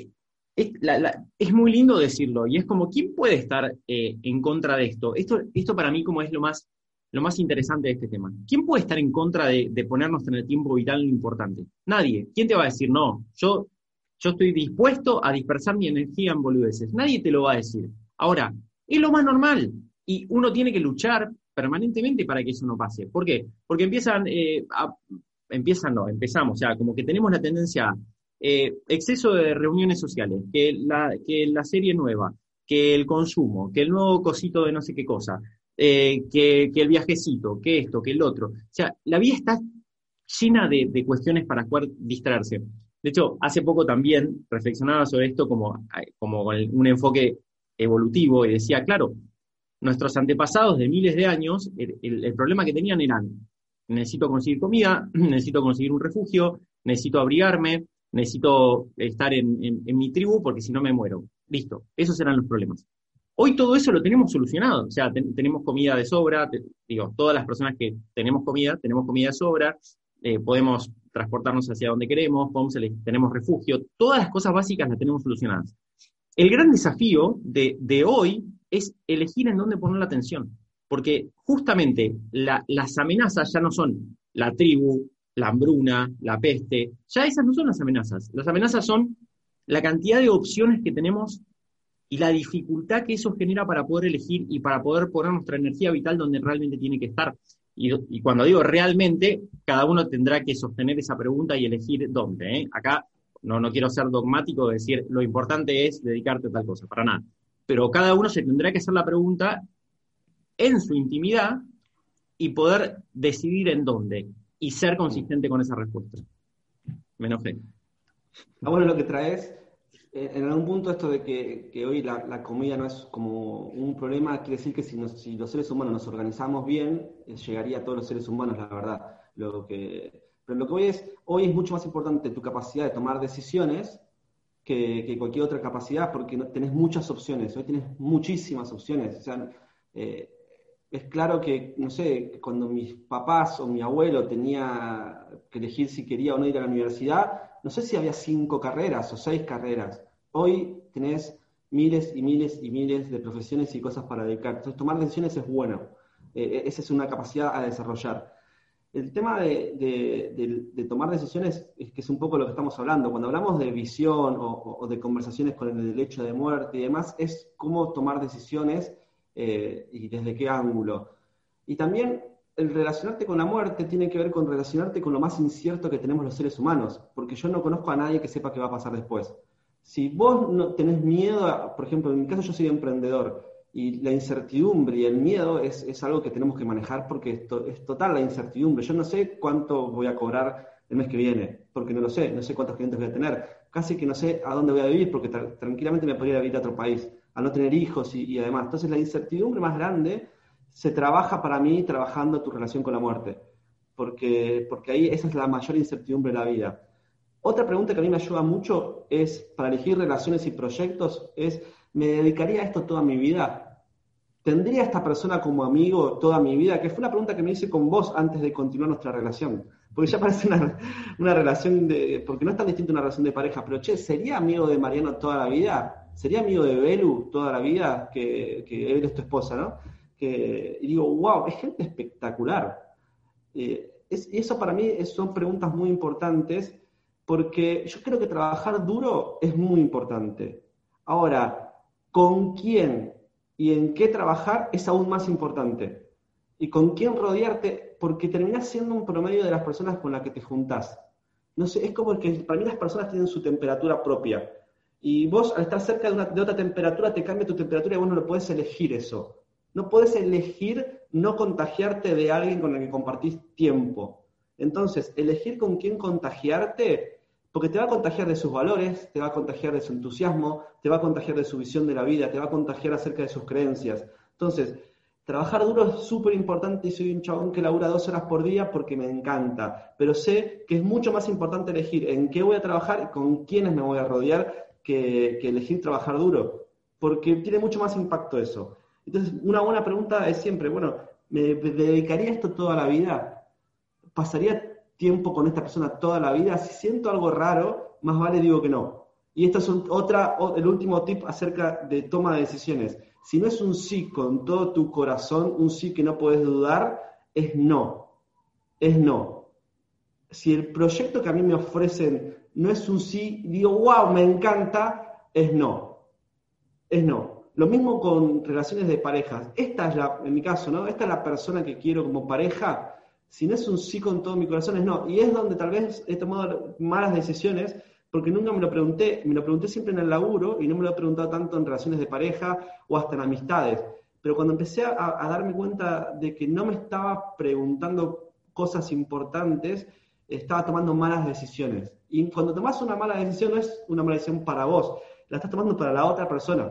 es muy lindo decirlo, y es como, ¿quién puede estar en contra de esto? Esto para mí como es lo más interesante de este tema. ¿Quién puede estar en contra de ponernos en el tiempo vital lo importante? Nadie. ¿Quién te va a decir, no, yo estoy dispuesto a dispersar mi energía en boludeces? Nadie te lo va a decir. Ahora, es lo más normal, y uno tiene que luchar permanentemente para que eso no pase. ¿Por qué? Porque empezamos, o sea, como que tenemos la tendencia a exceso de reuniones sociales, que la serie nueva, que el consumo, que el nuevo cosito de no sé qué cosa, que el viajecito, que esto, que el otro. O sea, la vida está llena de cuestiones para poder distraerse. De hecho, hace poco también reflexionaba sobre esto como con un enfoque evolutivo y decía, claro, nuestros antepasados de miles de años, el problema que tenían eran, necesito conseguir comida, necesito conseguir un refugio, necesito abrigarme, necesito estar en mi tribu porque si no me muero. Listo, esos eran los problemas. Hoy todo eso lo tenemos solucionado, o sea, tenemos comida de sobra, todas las personas que tenemos comida de sobra, podemos transportarnos hacia donde queremos, tenemos refugio, todas las cosas básicas las tenemos solucionadas. El gran desafío de hoy es elegir en dónde poner la atención, porque justamente las amenazas ya no son la tribu, la hambruna, la peste, ya esas no son las amenazas son la cantidad de opciones que tenemos y la dificultad que eso genera para poder elegir y para poder poner nuestra energía vital donde realmente tiene que estar. Y cuando digo realmente, cada uno tendrá que sostener esa pregunta y elegir dónde, ¿eh? Acá no quiero ser dogmático de decir lo importante es dedicarte a tal cosa, para nada. Pero cada uno se tendrá que hacer la pregunta en su intimidad y poder decidir en dónde y ser consistente con esa respuesta. Me enojé. Bueno, lo que traes, en algún punto esto de que hoy la comida no es como un problema, quiere decir que si los seres humanos nos organizamos bien, llegaría a todos los seres humanos, la verdad. Pero lo que hoy es mucho más importante tu capacidad de tomar decisiones que cualquier otra capacidad, porque tenés muchas opciones, hoy tenés muchísimas opciones. O sea, es claro que, no sé, cuando mis papás o mi abuelo tenía que elegir si quería o no ir a la universidad, no sé si había 5 carreras o 6 carreras. Hoy tenés miles y miles y miles de profesiones y cosas para dedicar. Entonces, tomar decisiones es bueno. Esa es una capacidad a desarrollar. El tema de tomar decisiones es que es un poco lo que estamos hablando. Cuando hablamos de visión o de conversaciones con el hecho de muerte y demás, es cómo tomar decisiones y desde qué ángulo. Y también el relacionarte con la muerte tiene que ver con relacionarte con lo más incierto que tenemos los seres humanos, porque yo no conozco a nadie que sepa qué va a pasar después. Si vos no tenés miedo, por ejemplo, en mi caso yo soy emprendedor, y la incertidumbre y el miedo es algo que tenemos que manejar porque es total la incertidumbre. Yo no sé cuánto voy a cobrar el mes que viene, porque no sé cuántos clientes voy a tener, casi que no sé a dónde voy a vivir, porque tranquilamente me podría ir a vivir a otro país, a no tener hijos y además. Entonces la incertidumbre más grande se trabaja para mí trabajando tu relación con la muerte, porque ahí esa es la mayor incertidumbre de la vida. Otra pregunta que a mí me ayuda mucho es, para elegir relaciones y proyectos, ¿me dedicaría a esto toda mi vida? ¿Tendría a esta persona como amigo toda mi vida? Que fue una pregunta que me hice con vos antes de continuar nuestra relación. Porque ya parece una relación porque no es tan distinta una relación de pareja, pero ¿sería amigo de Mariano toda la vida? ¿Sería amigo de Belu toda la vida? Que Belu es tu esposa, ¿no? Y digo, wow, es gente espectacular. Y eso para mí son preguntas muy importantes, porque yo creo que trabajar duro es muy importante. Ahora, ¿con quién y en qué trabajar es aún más importante? Y con quién rodearte, porque terminás siendo un promedio de las personas con las que te juntás. No sé, es como que para mí las personas tienen su temperatura propia. Y vos, al estar cerca de otra temperatura, te cambia tu temperatura y vos no lo podés elegir eso. No podés elegir no contagiarte de alguien con el que compartís tiempo. Entonces, elegir con quién contagiarte, porque te va a contagiar de sus valores, te va a contagiar de su entusiasmo, te va a contagiar de su visión de la vida, te va a contagiar acerca de sus creencias. Entonces, trabajar duro es súper importante y soy un chabón que labura 2 horas por día porque me encanta, pero sé que es mucho más importante elegir en qué voy a trabajar y con quiénes me voy a rodear que elegir trabajar duro, porque tiene mucho más impacto eso. Entonces, una buena pregunta es siempre, bueno, ¿me dedicaría a esto toda la vida? ¿Pasaría tiempo con esta persona toda la vida? Si siento algo raro, más vale digo que no. Y esto es el último tip acerca de toma de decisiones. Si no es un sí con todo tu corazón, un sí que no podés dudar, es no. Es no. Si el proyecto que a mí me ofrecen no es un sí, digo, wow, me encanta, es no. Es no. Lo mismo con relaciones de parejas. Esta es en mi caso, ¿no? Esta es la persona que quiero como pareja. Si no es un sí con todo mi corazón, es no. Y es donde tal vez he tomado malas decisiones, porque nunca me lo pregunté siempre en el laburo y no me lo he preguntado tanto en relaciones de pareja o hasta en amistades. Pero cuando empecé a darme cuenta de que no me estaba preguntando cosas importantes, estaba tomando malas decisiones. Y cuando tomas una mala decisión, no es una mala decisión para vos, la estás tomando para la otra persona.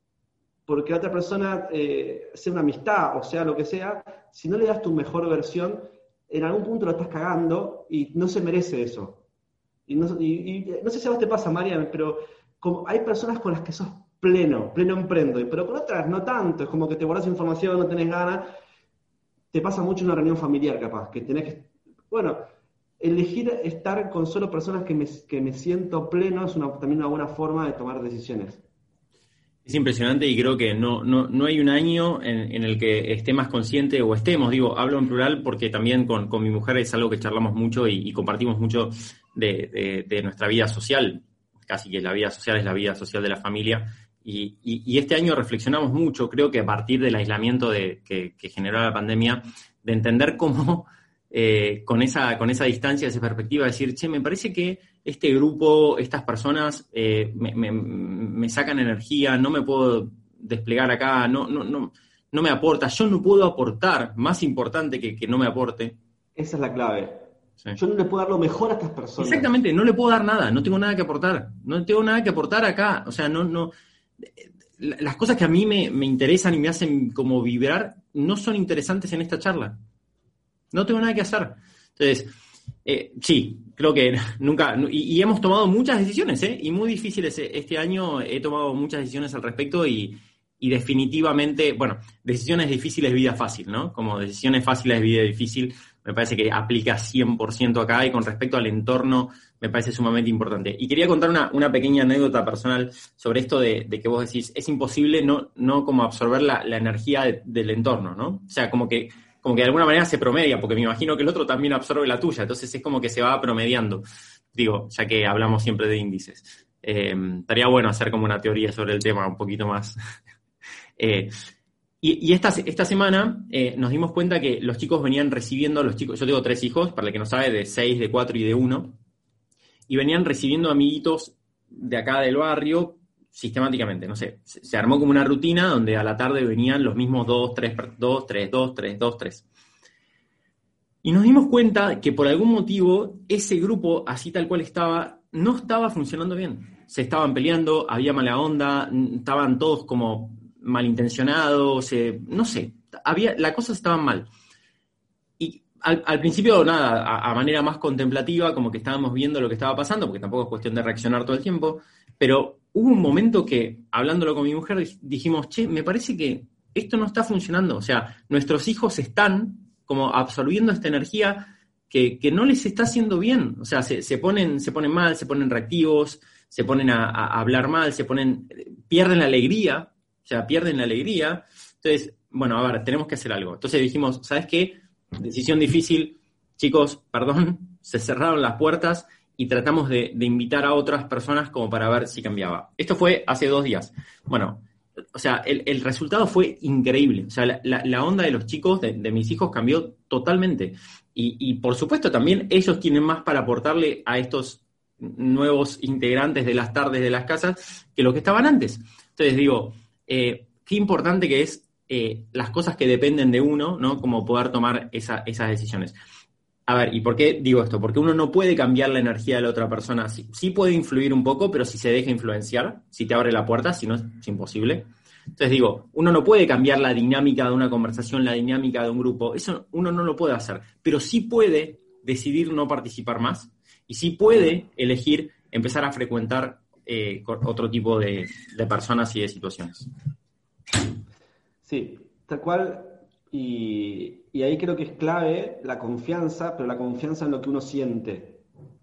Porque la otra persona, sea una amistad o sea lo que sea, si no le das tu mejor versión, en algún punto lo estás cagando y no se merece eso. Y no sé si a vos te pasa, Marian, pero hay personas con las que sos pleno emprendo, pero con otras no tanto, es como que te guardas información, no tenés ganas. Te pasa mucho en una reunión familiar capaz, que tenés que... Bueno, elegir estar con solo personas que me siento pleno es también una buena forma de tomar decisiones. Es impresionante y creo que no hay un año en el que esté más consciente o estemos, digo, hablo en plural porque también con mi mujer es algo que charlamos mucho y compartimos mucho de nuestra vida social, casi que la vida social es la vida social de la familia y este año reflexionamos mucho, creo que a partir del aislamiento que generó la pandemia, de entender cómo con esa distancia, esa perspectiva, decir, che, me parece que este grupo, estas personas me sacan energía, no me puedo desplegar acá, no me aporta, yo no puedo aportar, más importante que no me aporte. Esa es la clave. Sí. Yo no le puedo dar lo mejor a estas personas. Exactamente, no le puedo dar nada, no tengo nada que aportar, no tengo nada que aportar acá, o sea, las cosas que a mí me interesan y me hacen como vibrar no son interesantes en esta charla. No tengo nada que hacer. Entonces, sí, creo que nunca... Y hemos tomado muchas decisiones, y muy difíciles. Este año he tomado muchas decisiones al respecto y definitivamente, bueno, decisiones difíciles, vida fácil, ¿no? Como decisiones fáciles, vida difícil, me parece que aplica 100% acá y con respecto al entorno me parece sumamente importante. Y quería contar una pequeña anécdota personal sobre esto de que vos decís, es imposible no como absorber la energía del entorno, ¿no? O sea, como que de alguna manera se promedia, porque me imagino que el otro también absorbe la tuya, entonces es como que se va promediando, digo, ya que hablamos siempre de índices. Estaría bueno hacer como una teoría sobre el tema un poquito más. Y esta semana nos dimos cuenta que los chicos venían recibiendo, yo tengo 3 hijos, para el que no sabe, de 6, de 4 y de 1, y venían recibiendo amiguitos de acá del barrio, sistemáticamente, no sé, se armó como una rutina donde a la tarde venían los mismos 2, 3, 2, 3, 2, 3, 2, 3. Y nos dimos cuenta que por algún motivo ese grupo, así tal cual estaba, no estaba funcionando bien. Se estaban peleando, había mala onda, estaban todos como malintencionados, no sé, las cosas estaban mal. Y al principio, nada, a manera más contemplativa, como que estábamos viendo lo que estaba pasando, porque tampoco es cuestión de reaccionar todo el tiempo, pero hubo un momento que, hablándolo con mi mujer, dijimos, che, me parece que esto no está funcionando. O sea, nuestros hijos están como absorbiendo esta energía que no les está haciendo bien. O sea, se ponen mal, se ponen reactivos, se ponen a hablar mal, pierden la alegría. O sea, pierden la alegría. Entonces, bueno, a ver, tenemos que hacer algo. Entonces dijimos, ¿sabes qué? Decisión difícil, chicos, perdón, se cerraron las puertas y tratamos de invitar a otras personas como para ver si cambiaba. Esto fue hace 2 días. Bueno, o sea, el resultado fue increíble. O sea, la onda de los chicos, de mis hijos, cambió totalmente. Y por supuesto también ellos tienen más para aportarle a estos nuevos integrantes de las tardes de las casas que los que estaban antes. Entonces digo, qué importante que es las cosas que dependen de uno, ¿no? Como poder tomar esas decisiones. A ver, ¿y por qué digo esto? Porque uno no puede cambiar la energía de la otra persona. Sí puede influir un poco, pero si se deja influenciar, si te abre la puerta, si no es imposible. Entonces digo, uno no puede cambiar la dinámica de una conversación, la dinámica de un grupo. Eso uno no lo puede hacer. Pero sí puede decidir no participar más y sí puede elegir empezar a frecuentar otro tipo de personas y de situaciones. Sí, tal cual. Y ahí creo que es clave la confianza, pero la confianza en lo que uno siente.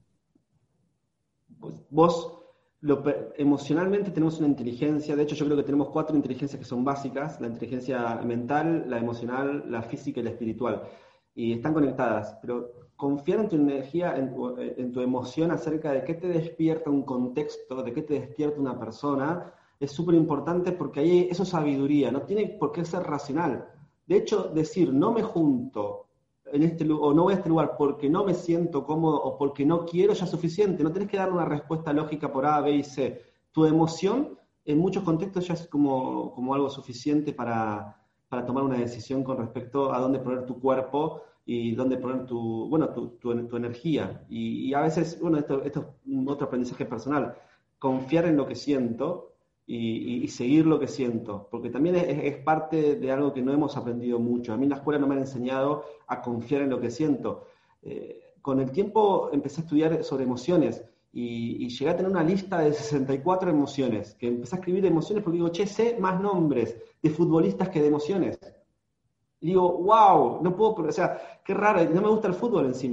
Vos emocionalmente tenemos una inteligencia, de hecho yo creo que tenemos 4 inteligencias que son básicas, la inteligencia mental, la emocional, la física y la espiritual. Y están conectadas, pero confiar en tu energía, en tu emoción acerca de qué te despierta un contexto, de qué te despierta una persona, es súper importante porque ahí eso es sabiduría, no tiene por qué ser racional. De hecho, decir no me junto en este lugar, o no voy a este lugar porque no me siento cómodo o porque no quiero, ya es suficiente. No tenés que darle una respuesta lógica por A, B y C. Tu emoción, en muchos contextos, ya es como algo suficiente para tomar una decisión con respecto a dónde poner tu cuerpo y dónde poner tu energía. Y a veces, bueno, esto es otro aprendizaje personal. Confiar en lo que siento y seguir lo que siento, porque también es parte de algo que no hemos aprendido mucho. A mí en la escuela no me han enseñado a confiar en lo que siento. Con el tiempo empecé a estudiar sobre emociones y llegué a tener una lista de 64 emociones, que empecé a escribir emociones porque digo, che, sé más nombres de futbolistas que de emociones. Y digo, wow, no puedo, o sea, qué raro, no me gusta el fútbol encima.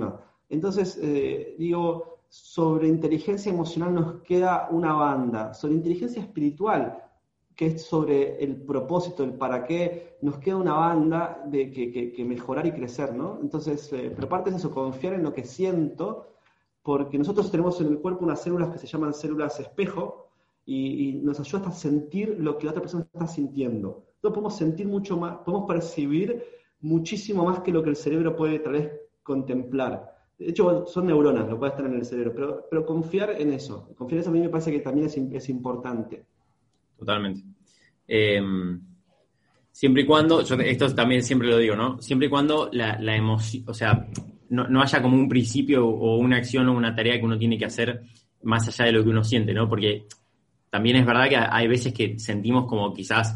Entonces, digo, sobre inteligencia emocional nos queda una banda. Sobre inteligencia espiritual, que es sobre el propósito, el para qué, nos queda una banda de que mejorar y crecer, ¿no? Entonces, pero parte es eso, confiar en lo que siento, porque nosotros tenemos en el cuerpo unas células que se llaman células espejo, y nos ayuda hasta a sentir lo que la otra persona está sintiendo. Entonces podemos sentir mucho más, podemos percibir muchísimo más que lo que el cerebro puede tal vez contemplar. De hecho, son neuronas, lo puede estar en el cerebro, pero confiar en eso a mí me parece que también es importante. Totalmente. Siempre y cuando, yo esto también siempre lo digo, ¿no? Siempre y cuando la emoción, o sea, no haya como un principio o una acción o una tarea que uno tiene que hacer más allá de lo que uno siente, ¿no? Porque también es verdad que hay veces que sentimos como quizás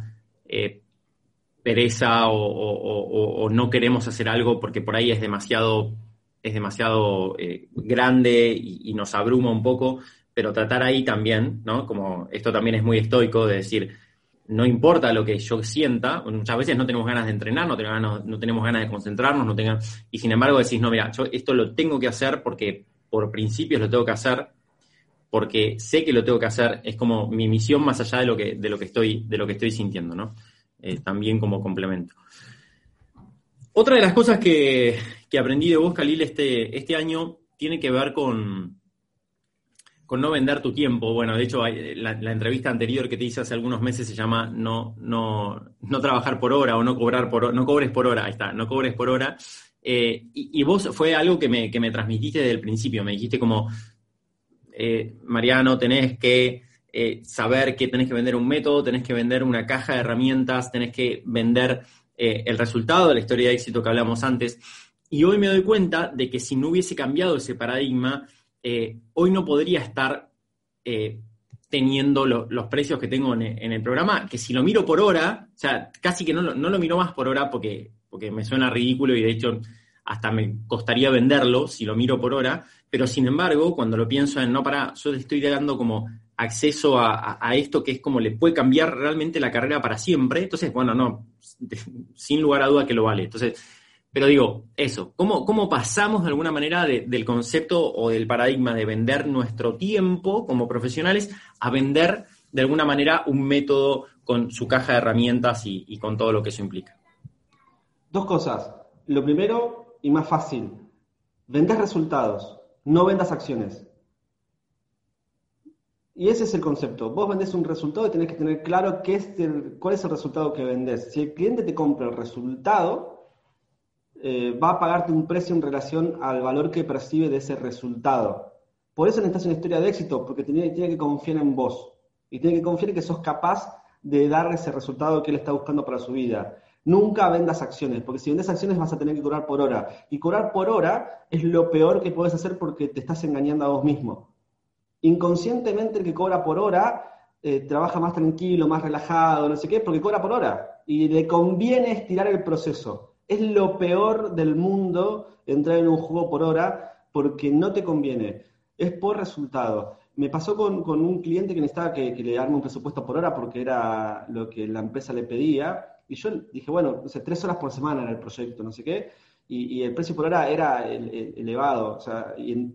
pereza o no queremos hacer algo porque por ahí es demasiado grande y nos abruma un poco, pero tratar ahí también, ¿no? Como esto también es muy estoico de decir, no importa lo que yo sienta, muchas veces no tenemos ganas de entrenar, no tenemos ganas de concentrarnos, y sin embargo decís, no, mira, yo esto lo tengo que hacer porque por principios lo tengo que hacer, porque sé que lo tengo que hacer, es como mi misión más allá de lo que estoy sintiendo, ¿no? También como complemento. Otra de las cosas que aprendí de vos, Khalil, este año tiene que ver con no vender tu tiempo. Bueno, de hecho, la entrevista anterior que te hice hace algunos meses se llama no trabajar por hora o no cobres por hora. Ahí está, no cobres por hora. Y vos fue algo que me transmitiste desde el principio. Me dijiste como, Mariano, tenés que saber que tenés que vender un método, tenés que vender una caja de herramientas, tenés que vender el resultado de la historia de éxito que hablamos antes. Y hoy me doy cuenta de que si no hubiese cambiado ese paradigma, hoy no podría estar teniendo los precios que tengo en el programa, que si lo miro por hora, o sea, casi que no lo miro más por hora porque me suena ridículo y de hecho hasta me costaría venderlo si lo miro por hora, pero sin embargo, cuando lo pienso en, yo le estoy dando como acceso a esto que es como le puede cambiar realmente la carrera para siempre, entonces, bueno, no, sin lugar a duda que lo vale. Entonces, pero digo, eso, ¿cómo pasamos de alguna manera del concepto o del paradigma de vender nuestro tiempo como profesionales a vender de alguna manera un método con su caja de herramientas y con todo lo que eso implica? Dos cosas. Lo primero y más fácil, vendés resultados, no vendas acciones. Y ese es el concepto. Vos vendés un resultado y tenés que tener claro cuál es el resultado que vendés. Si el cliente te compra el resultado, va a pagarte un precio en relación al valor que percibe de ese resultado. Por eso necesitas una historia de éxito, porque tiene que confiar en vos. Y tiene que confiar en que sos capaz de darle ese resultado que él está buscando para su vida. Nunca vendas acciones, porque si vendes acciones vas a tener que cobrar por hora. Y cobrar por hora es lo peor que puedes hacer porque te estás engañando a vos mismo. Inconscientemente el que cobra por hora trabaja más tranquilo, más relajado, no sé qué, porque cobra por hora. Y le conviene estirar el proceso. Es lo peor del mundo entrar en un juego por hora porque no te conviene. Es por resultado. Me pasó con un cliente que necesitaba que le arme un presupuesto por hora porque era lo que la empresa le pedía. Y yo dije, bueno, no sé, 3 horas por semana era el proyecto, no sé qué. Y el precio por hora era elevado. O sea,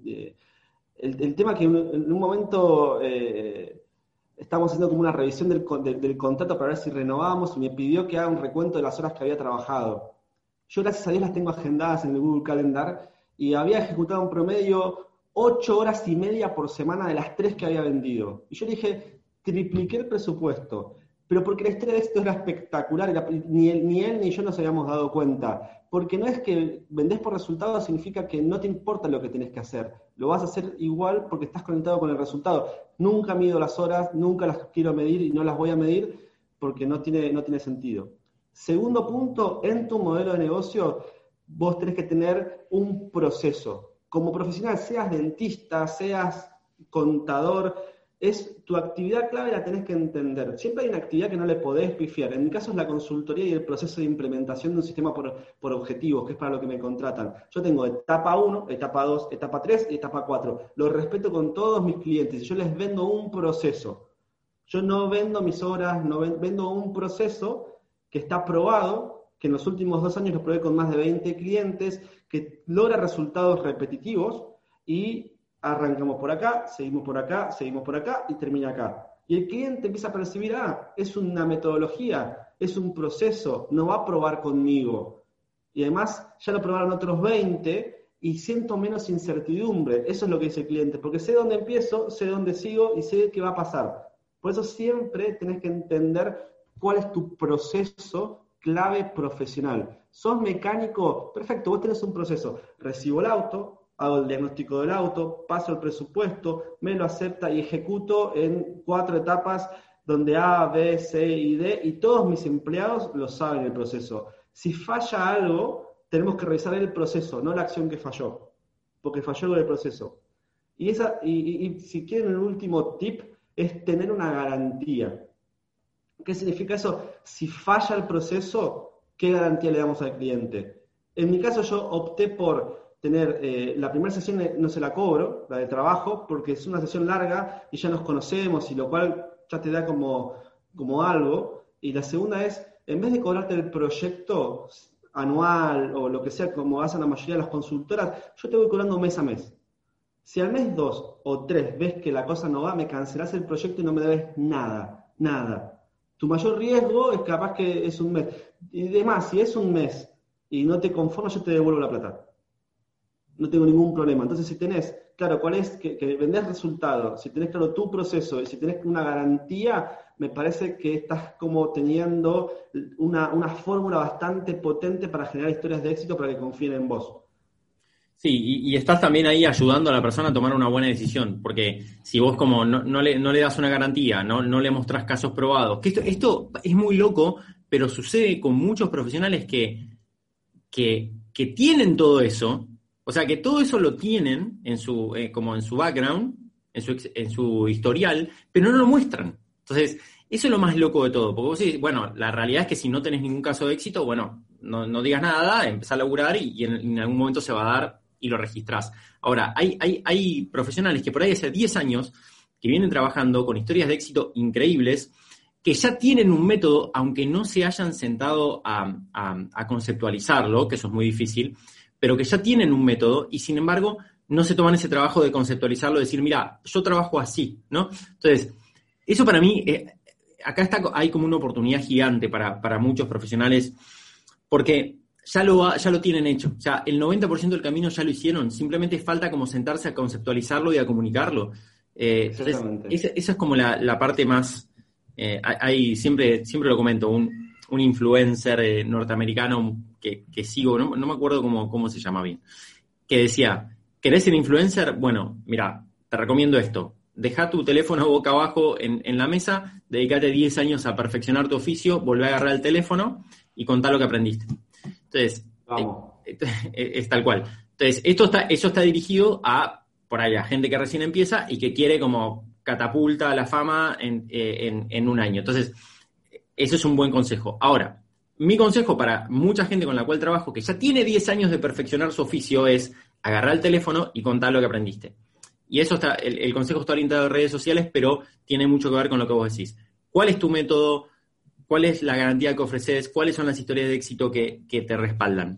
el tema que en un momento estábamos haciendo como una revisión del contrato para ver si renovábamos y me pidió que haga un recuento de las horas que había trabajado. Yo, gracias a Dios, las tengo agendadas en el Google Calendar y había ejecutado en promedio 8 horas y media por semana de las 3 que había vendido. Y yo le dije, tripliqué el presupuesto, pero porque la historia de éxito era espectacular, ni él ni yo nos habíamos dado cuenta. Porque no es que vendés por resultado, significa que no te importa lo que tenés que hacer. Lo vas a hacer igual porque estás conectado con el resultado. Nunca mido las horas, nunca las quiero medir y no las voy a medir porque no tiene sentido. Segundo punto, en tu modelo de negocio, vos tenés que tener un proceso. Como profesional, seas dentista, seas contador, tu actividad clave la tenés que entender. Siempre hay una actividad que no le podés pifiar. En mi caso es la consultoría y el proceso de implementación de un sistema por objetivos, que es para lo que me contratan. Yo tengo etapa 1, etapa 2, etapa 3 y etapa 4. Lo respeto con todos mis clientes y yo les vendo un proceso. Yo no vendo mis horas, vendo un proceso que está probado que en los últimos 2 años lo probé con más de 20 clientes, que logra resultados repetitivos y arrancamos por acá, seguimos por acá y termina acá. Y el cliente empieza a percibir, es una metodología, es un proceso, no va a probar conmigo. Y además ya lo probaron otros 20 y siento menos incertidumbre. Eso es lo que dice el cliente, porque sé dónde empiezo, sé dónde sigo y sé qué va a pasar. Por eso siempre tenés que entender cuál es tu proceso clave profesional. ¿Sos mecánico? Perfecto, vos tenés un proceso. Recibo el auto, hago el diagnóstico del auto, paso el presupuesto, me lo acepta y ejecuto en 4 etapas donde A, B, C y D, y todos mis empleados lo saben el proceso. Si falla algo, tenemos que revisar el proceso, no la acción que falló, porque falló el proceso. Y si quieren, el último tip es tener una garantía. ¿Qué significa eso? Si falla el proceso, ¿qué garantía le damos al cliente? En mi caso yo opté por tener, la primera sesión no se la cobro, la de trabajo, porque es una sesión larga y ya nos conocemos, y lo cual ya te da como algo. Y la segunda es, en vez de cobrarte el proyecto anual o lo que sea, como hacen la mayoría de las consultoras, yo te voy cobrando mes a mes. Si al mes 2 o 3 ves que la cosa no va, me cancelás el proyecto y no me debes nada, nada. Tu mayor riesgo es capaz que es un mes. Y demás, si es un mes y no te conformas, yo te devuelvo la plata. No tengo ningún problema. Entonces, si tenés claro cuál es, que vendés resultados, si tenés claro tu proceso y si tenés una garantía, me parece que estás como teniendo una fórmula bastante potente para generar historias de éxito para que confíen en vos. Sí, y estás también ahí ayudando a la persona a tomar una buena decisión, porque si vos como no le das una garantía, no le mostrás casos probados, que esto es muy loco, pero sucede con muchos profesionales que tienen todo eso, o sea, que todo eso lo tienen como en su background, en su historial, pero no lo muestran. Entonces, eso es lo más loco de todo, porque vos decís, bueno, la realidad es que si no tenés ningún caso de éxito, bueno, no digas nada, empezá a laburar y en algún momento se va a dar y lo registrás. Ahora, hay profesionales que por ahí hace 10 años que vienen trabajando con historias de éxito increíbles, que ya tienen un método, aunque no se hayan sentado a conceptualizarlo, que eso es muy difícil, pero que ya tienen un método y sin embargo no se toman ese trabajo de conceptualizarlo, de decir, mira, yo trabajo así, ¿no? Entonces, eso para mí, acá hay como una oportunidad gigante para muchos profesionales, porque ya lo tienen hecho. O sea, el 90% del camino ya lo hicieron. Simplemente falta como sentarse a conceptualizarlo y a comunicarlo. Entonces, esa es como la parte más... hay siempre lo comento, un influencer norteamericano que sigo, no me acuerdo cómo se llama bien, que decía, ¿querés ser influencer? Bueno, mira, te recomiendo esto. Deja tu teléfono boca abajo en la mesa, dedícate 10 años a perfeccionar tu oficio, volvé a agarrar el teléfono y contá lo que aprendiste. Entonces, es tal cual. Entonces, eso está dirigido por ahí, a gente que recién empieza y que quiere como catapulta a la fama en un año. Entonces, eso es un buen consejo. Ahora, mi consejo para mucha gente con la cual trabajo, que ya tiene 10 años de perfeccionar su oficio, es agarrar el teléfono y contar lo que aprendiste. Y eso está, el consejo está orientado a redes sociales, pero tiene mucho que ver con lo que vos decís. ¿Cuál es tu método? ¿Cuál es la garantía que ofreces? ¿Cuáles son las historias de éxito que te respaldan?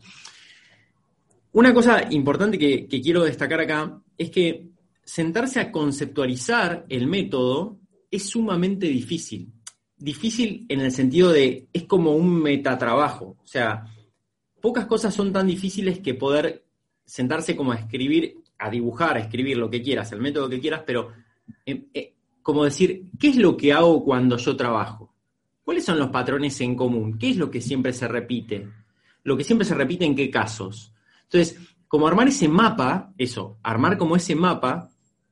Una cosa importante que quiero destacar acá es que sentarse a conceptualizar el método es sumamente difícil. Difícil en el sentido de, es como un metatrabajo. O sea, pocas cosas son tan difíciles que poder sentarse como a escribir, a dibujar, a escribir lo que quieras, el método que quieras, pero como decir, ¿qué es lo que hago cuando yo trabajo? ¿Cuáles son los patrones en común? ¿Qué es lo que siempre se repite? ¿Lo que siempre se repite en qué casos? Entonces, como armar ese mapa, armar como ese mapa,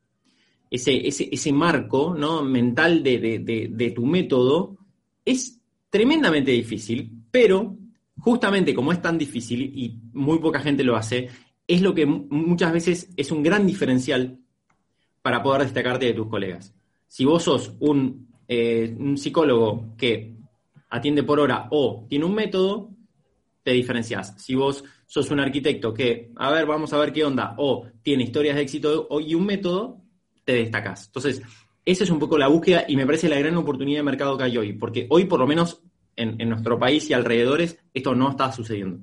ese marco, ¿no?, mental de tu método, es tremendamente difícil, pero justamente como es tan difícil y muy poca gente lo hace, es lo que muchas veces es un gran diferencial para poder destacarte de tus colegas. Si vos sos un psicólogo que atiende por hora o tiene un método, te diferenciás. Si vos sos un arquitecto que, vamos a ver qué onda, o tiene historias de éxito y un método, te destacás. Entonces, esa es un poco la búsqueda y me parece la gran oportunidad de mercado que hay hoy, porque hoy por lo menos en nuestro país y alrededores esto no está sucediendo.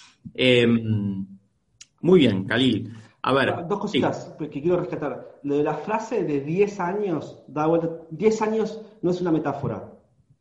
Muy bien, Khalil. A ver. Dos cositas que quiero rescatar. Lo de la frase de 10 años, da vuelta. 10 años no es una metáfora.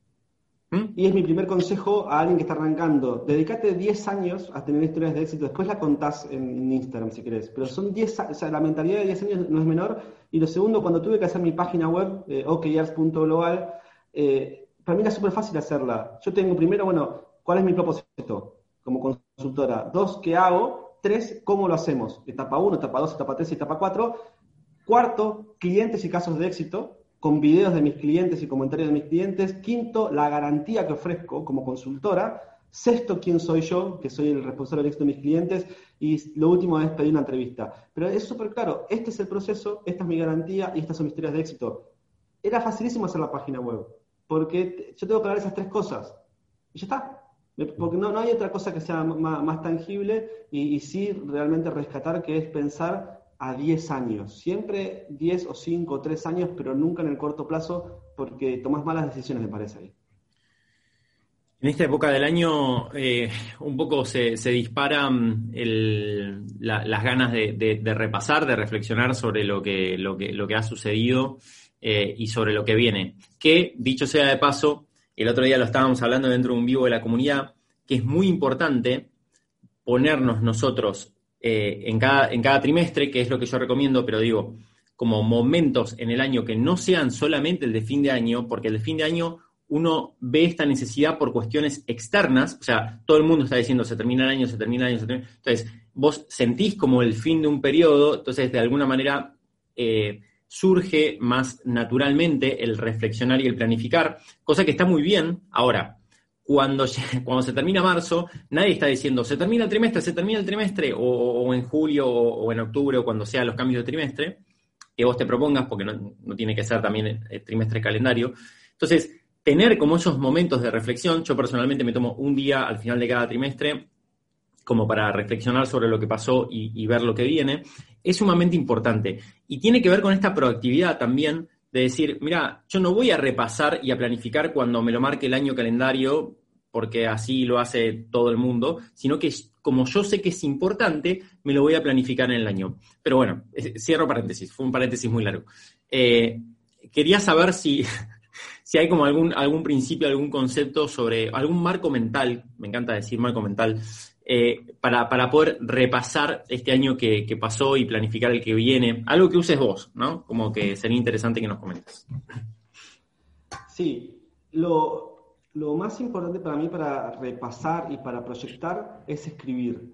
Y es mi primer consejo a alguien que está arrancando. Dedicate 10 años a tener historias de éxito. Después la contás en Instagram si querés. Pero son 10 años, o sea, la mentalidad de 10 años no es menor. Y lo segundo, cuando tuve que hacer mi página web, okrs.global, para mí era súper fácil hacerla. Yo tengo primero, bueno, ¿cuál es mi propósito como consultora? 2, ¿qué hago? 3, ¿cómo lo hacemos? Etapa 1, etapa 2, etapa 3 y etapa 4. Cuarto, clientes y casos de éxito, con videos de mis clientes y comentarios de mis clientes. Quinto, la garantía que ofrezco como consultora. Sexto, quién soy yo, que soy el responsable del éxito de mis clientes. Y lo último es pedir una entrevista. Pero es súper claro, este es el proceso, esta es mi garantía y estas son mis historias de éxito. Era facilísimo hacer la página web, porque yo tengo que hablar esas 3 cosas. Y ya está. Porque no hay otra cosa que sea más tangible y sí realmente rescatar, que es pensar a 10 años. Siempre 10 o 5 o 3 años, pero nunca en el corto plazo, porque tomás malas decisiones, me parece ahí. En esta época del año un poco se disparan las ganas de repasar, de reflexionar sobre lo que ha sucedido y sobre lo que viene. Que, dicho sea de paso, el otro día lo estábamos hablando dentro de un vivo de la comunidad, que es muy importante ponernos nosotros en cada trimestre, que es lo que yo recomiendo, pero digo, como momentos en el año que no sean solamente el de fin de año, porque el de fin de año uno ve esta necesidad por cuestiones externas, o sea, todo el mundo está diciendo se termina el año, se termina el año, se termina. Entonces, vos sentís como el fin de un periodo, entonces de alguna manera surge más naturalmente el reflexionar y el planificar, cosa que está muy bien. Ahora, cuando se termina marzo, nadie está diciendo se termina el trimestre, o en julio o en octubre, o cuando sean los cambios de trimestre, que vos te propongas, porque no tiene que ser también el trimestre calendario. Entonces, tener como esos momentos de reflexión, yo personalmente me tomo un día al final de cada trimestre como para reflexionar sobre lo que pasó y ver lo que viene, es sumamente importante. Y tiene que ver con esta proactividad también de decir, mira, yo no voy a repasar y a planificar cuando me lo marque el año calendario, porque así lo hace todo el mundo, sino que como yo sé que es importante, me lo voy a planificar en el año. Pero bueno, cierro paréntesis, fue un paréntesis muy largo. Quería saber si hay como algún principio, algún concepto sobre algún marco mental, me encanta decir marco mental, para poder repasar este año que pasó y planificar el que viene. Algo que uses vos, ¿no? Como que sería interesante que nos comentes. Sí, lo más importante para mí para repasar y para proyectar es escribir.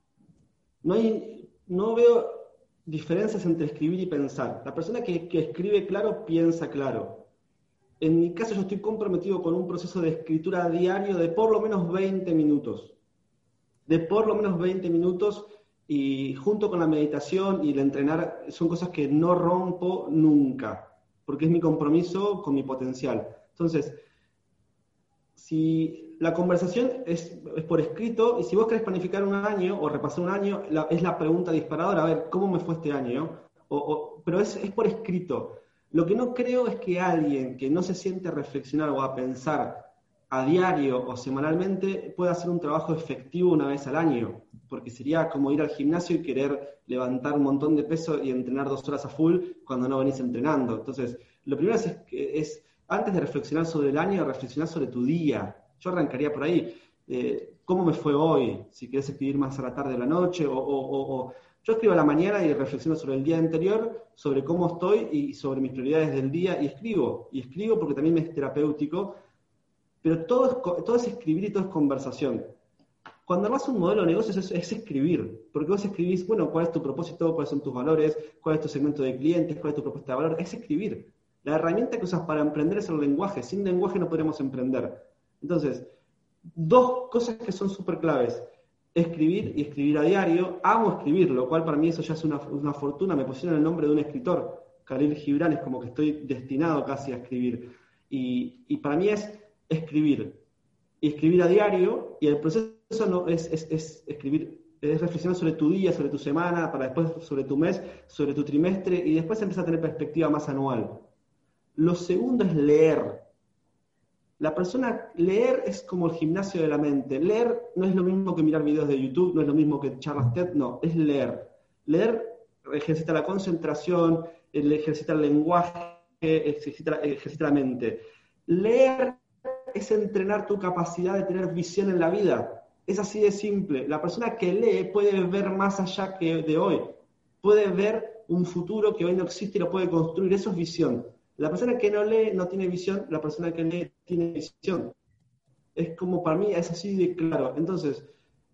No veo diferencias entre escribir y pensar. La persona que escribe claro, piensa claro. En mi caso, yo estoy comprometido con un proceso de escritura diario de por lo menos 20 minutos. Y junto con la meditación y el entrenar, son cosas que no rompo nunca, porque es mi compromiso con mi potencial. Entonces, si la conversación es por escrito, y si vos querés planificar un año o repasar un año, es la pregunta disparadora, a ver, ¿cómo me fue este año? Pero es por escrito. Lo que no creo es que alguien que no se siente a reflexionar o a pensar a diario o semanalmente pueda hacer un trabajo efectivo una vez al año, porque sería como ir al gimnasio y querer levantar un montón de peso y entrenar 2 horas a full cuando no venís entrenando. Entonces, lo primero es antes de reflexionar sobre el año, reflexionar sobre tu día. Yo arrancaría por ahí. ¿Cómo me fue hoy? Si querés escribir más a la tarde o la noche, yo escribo a la mañana y reflexiono sobre el día anterior, sobre cómo estoy y sobre mis prioridades del día, y escribo porque también me es terapéutico, pero todo es escribir y todo es conversación. Cuando armas un modelo de negocios es escribir, porque vos escribís, bueno, cuál es tu propósito, cuáles son tus valores, cuál es tu segmento de clientes, cuál es tu propuesta de valor, es escribir. La herramienta que usas para emprender es el lenguaje, sin lenguaje no podremos emprender. Entonces, 2 cosas que son súper claves: escribir y escribir a diario. Amo escribir, lo cual para mí eso ya es una fortuna. Me pusieron el nombre de un escritor, Khalil Gibran, es como que estoy destinado casi a escribir. Y para mí es escribir y escribir a diario, y el proceso no es escribir, es reflexionar sobre tu día, sobre tu semana, para después sobre tu mes, sobre tu trimestre, y después empieza a tener perspectiva más anual. Lo segundo es leer. La persona, leer es como el gimnasio de la mente. Leer no es lo mismo que mirar videos de YouTube, no es lo mismo que charlas TED, no, es leer. Leer ejercita la concentración, ejercita el lenguaje, ejercita la mente. Leer es entrenar tu capacidad de tener visión en la vida. Es así de simple. La persona que lee puede ver más allá que de hoy. Puede ver un futuro que hoy no existe y lo puede construir. Eso es visión. La persona que no lee no tiene visión, la persona que lee tiene visión. Es como, para mí, es así de claro. Entonces,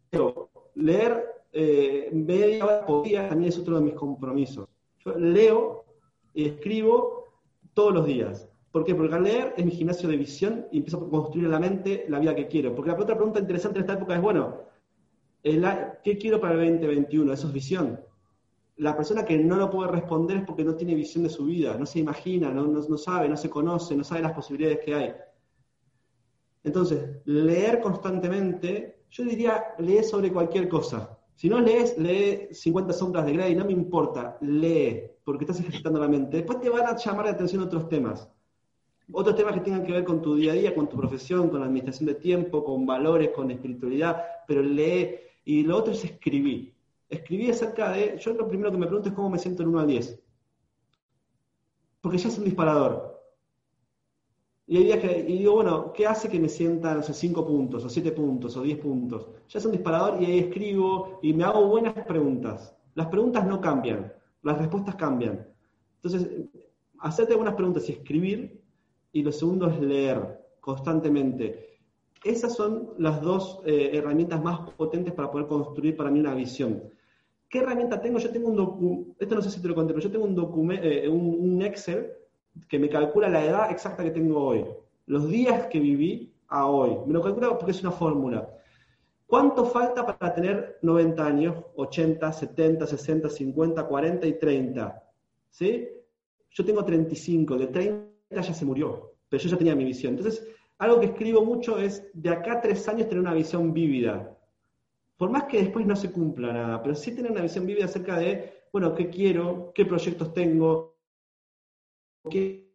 leer media hora por día también es otro de mis compromisos. Yo leo y escribo todos los días. ¿Por qué? Porque al leer es mi gimnasio de visión y empiezo a construir en la mente la vida que quiero. Porque la otra pregunta interesante en esta época es, bueno, ¿qué quiero para el 2021? Eso es visión. La persona que no lo puede responder es porque no tiene visión de su vida, no se imagina, no sabe, no se conoce, no sabe las posibilidades que hay. Entonces, leer constantemente, yo diría, lee sobre cualquier cosa. Si no lees, lee 50 sombras de Grey, no me importa, lee, porque estás ejercitando la mente. Después te van a llamar la atención otros temas que tengan que ver con tu día a día, con tu profesión, con la administración de tiempo, con valores, con espiritualidad, pero lee. Y lo otro es escribir. Escribí acerca de, yo lo primero que me pregunto es cómo me siento en 1 al 10. Porque ya es un disparador. Y hay días y digo, bueno, ¿qué hace que me sienta, no sé, 5 puntos, o 7 puntos, o 10 puntos? Ya es un disparador y ahí escribo y me hago buenas preguntas. Las preguntas no cambian, las respuestas cambian. Entonces, hacerte buenas preguntas y escribir, y lo segundo es leer constantemente. Esas son las dos herramientas más potentes para poder construir para mí una visión. ¿Qué herramienta tengo? Yo tengo un documento, esto no sé si te lo conté, pero yo tengo un Excel que me calcula la edad exacta que tengo hoy, los días que viví a hoy. Me lo calcula porque es una fórmula. ¿Cuánto falta para tener 90 años, 80, 70, 60, 50, 40 y 30? ¿Sí? Yo tengo 35, de 30 ya se murió, pero yo ya tenía mi visión. Entonces, algo que escribo mucho es, de acá a 3 años tener una visión vívida. Por más que después no se cumpla nada, pero sí tener una visión vívida acerca de, bueno, qué quiero, qué proyectos tengo, qué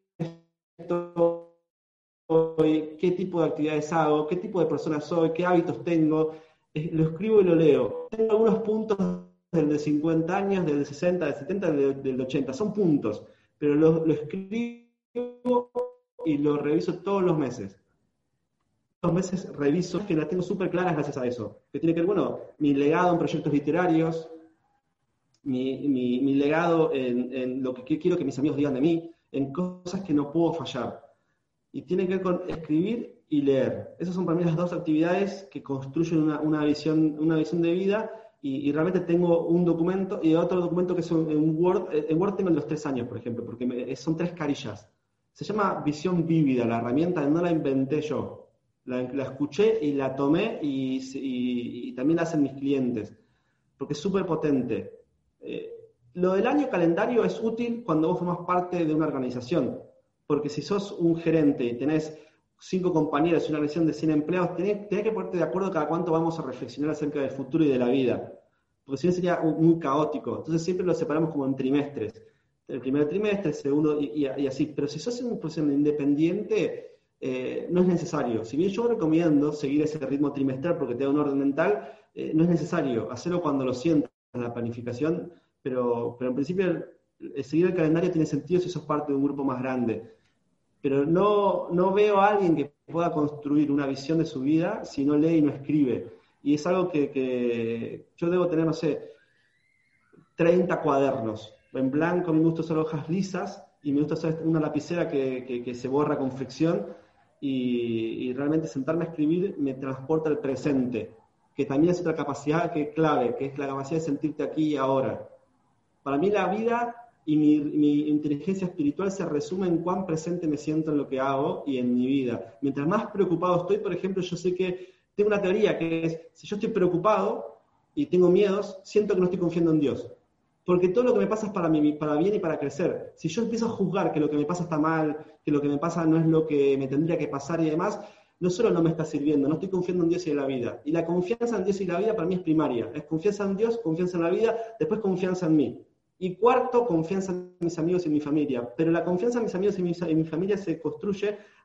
estoy, qué tipo de actividades hago, qué tipo de persona soy, qué hábitos tengo. Lo escribo y lo leo. Tengo algunos puntos del de 50 años, del de 60, del 70, del 80, son puntos, pero lo escribo y lo reviso todos los meses. Todos los meses reviso, que las tengo súper claras gracias a eso. Que tiene que ver, bueno, mi legado en proyectos literarios, mi legado en lo que quiero que mis amigos digan de mí, en cosas que no puedo fallar. Y tiene que ver con escribir y leer. Esas son para mí las dos actividades que construyen una visión de vida. Y realmente tengo un documento y otro documento que es en Word. En Word tengo los 3 años, por ejemplo, porque son 3 carillas. Se llama Visión Vívida, la herramienta no la inventé yo. La escuché y la tomé y también la hacen mis clientes, porque es súper potente. Lo del año calendario es útil cuando vos formás parte de una organización, porque si sos un gerente y tenés 5 compañeros y una organización de 100 empleados, tenés que ponerte de acuerdo cada cuánto vamos a reflexionar acerca del futuro y de la vida, porque si no sería muy caótico. Entonces siempre lo separamos como en trimestres. El primer trimestre, el segundo y así. Pero si sos un profesional independiente, no es necesario. Si bien yo recomiendo seguir ese ritmo trimestral porque te da un orden mental, no es necesario. Hacerlo cuando lo sientas en la planificación, pero en principio seguir el calendario tiene sentido si sos parte de un grupo más grande. Pero no veo a alguien que pueda construir una visión de su vida si no lee y no escribe. Y es algo que yo debo tener, no sé, 30 cuadernos. En blanco, me gusta usar hojas lisas y me gusta usar una lapicera que se borra con fricción y realmente sentarme a escribir me transporta al presente, que también es otra capacidad clave, que es la capacidad de sentirte aquí y ahora. Para mí la vida y mi inteligencia espiritual se resume en cuán presente me siento en lo que hago y en mi vida. Mientras más preocupado estoy, por ejemplo, yo sé que tengo una teoría que es, si yo estoy preocupado y tengo miedos, siento que no estoy confiando en Dios. Porque todo lo que me pasa es para mí, para bien y para crecer. Si yo empiezo a juzgar que lo que me pasa está mal, que lo que me pasa no es lo que me tendría que pasar y demás, no solo no me está sirviendo, no estoy confiando en Dios y en la vida. Y la confianza en Dios y la vida para mí es primaria. Es confianza en Dios, confianza en la vida, después confianza en mí. Y cuarto, confianza en mis amigos y en mi familia. Pero la confianza en mis amigos y en mi familia se construye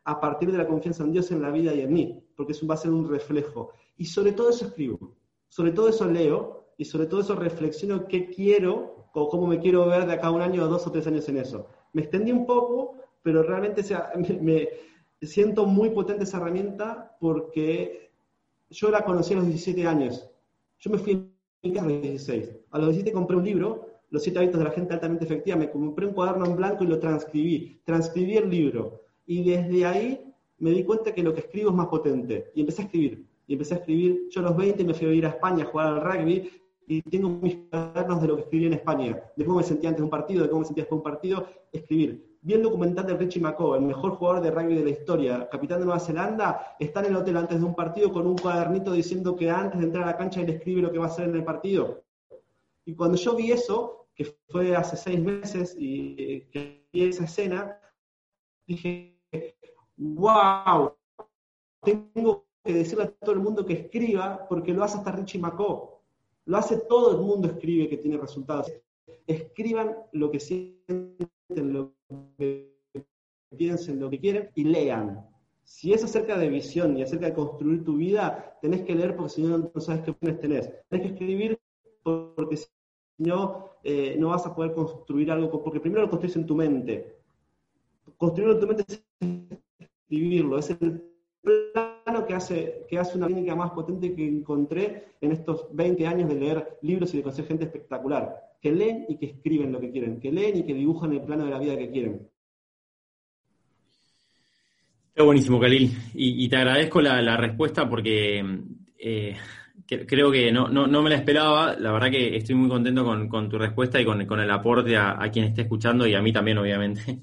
a partir de la confianza en Dios, en la vida y en mí, porque eso va a ser un reflejo. Y sobre todo eso escribo, sobre todo eso leo, y sobre todo eso reflexiono qué quiero, o cómo me quiero ver de acá a 1 año o 2 o 3 años en eso. Me extendí un poco, pero realmente me siento muy potente esa herramienta porque yo la conocí a los 17 años. Yo me fui a mi casa a los 16. A los 17 compré un libro, Los 7 hábitos de la gente altamente efectiva. Me compré un cuaderno en blanco y lo transcribí. Transcribí el libro. Y desde ahí me di cuenta que lo que escribo es más potente. Y empecé a escribir. Yo a los 20 me fui a vivir a España a jugar al rugby y tengo mis cuadernos de lo que escribí en España. De cómo me sentía antes de un partido, de cómo me sentía después de un partido. Escribir. Vi el documental de Richie McCaw, el mejor jugador de rugby de la historia, capitán de Nueva Zelanda, está en el hotel antes de un partido con un cuadernito diciendo que antes de entrar a la cancha él escribe lo que va a hacer en el partido. Y cuando yo vi eso, que fue hace 6 meses, y que vi esa escena, dije, wow, tengo que decirle a todo el mundo que escriba, porque lo hace hasta Richie McCaw. Lo hace todo el mundo, escribe que tiene resultados. Escriban lo que sienten, lo que piensen, lo que quieren, y lean. Si es acerca de visión y acerca de construir tu vida, tenés que leer porque si no, no sabes qué opciones tenés. Tenés que escribir porque si no, no vas a poder construir algo, porque primero lo construís en tu mente. Construirlo en tu mente es escribirlo, es el plano que hace una técnica más potente que encontré en estos 20 años de leer libros y de conocer gente espectacular. Que leen y que escriben lo que quieren, que leen y que dibujan el plano de la vida que quieren. Está buenísimo, Khalil. Y te agradezco la respuesta porque creo que no me la esperaba. La verdad que estoy muy contento con tu respuesta y con el aporte a quien esté escuchando y a mí también, obviamente.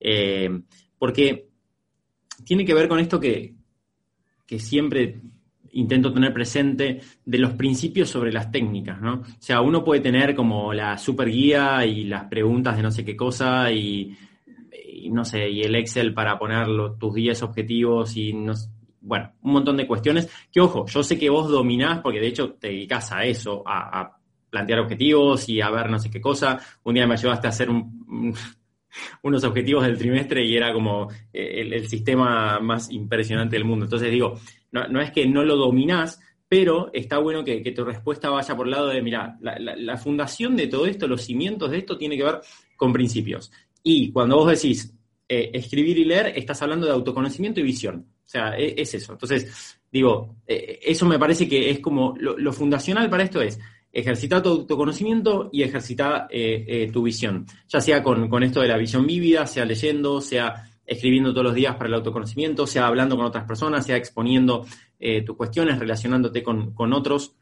Porque tiene que ver con esto que siempre intento tener presente de los principios sobre las técnicas, ¿no? O sea, uno puede tener como la super guía y las preguntas de no sé qué cosa y no sé, y el Excel para poner tus 10 objetivos y bueno, un montón de cuestiones que, ojo, yo sé que vos dominás porque de hecho te dedicás a eso, a plantear objetivos y a ver no sé qué cosa. Un día me ayudaste a hacer unos objetivos del trimestre y era como el sistema más impresionante del mundo. Entonces digo, no es que no lo dominás, pero está bueno que tu respuesta vaya por el lado de, mira, la fundación de todo esto, los cimientos de esto tiene que ver con principios. Y cuando vos decís escribir y leer, estás hablando de autoconocimiento y visión. O sea, es eso. Entonces, digo, eso me parece que es como lo fundacional para esto es ejercitar tu autoconocimiento y ejercitar tu visión. Ya sea con esto de la visión vívida, sea leyendo, sea escribiendo todos los días para el autoconocimiento, sea hablando con otras personas, sea exponiendo tus cuestiones, relacionándote con otros.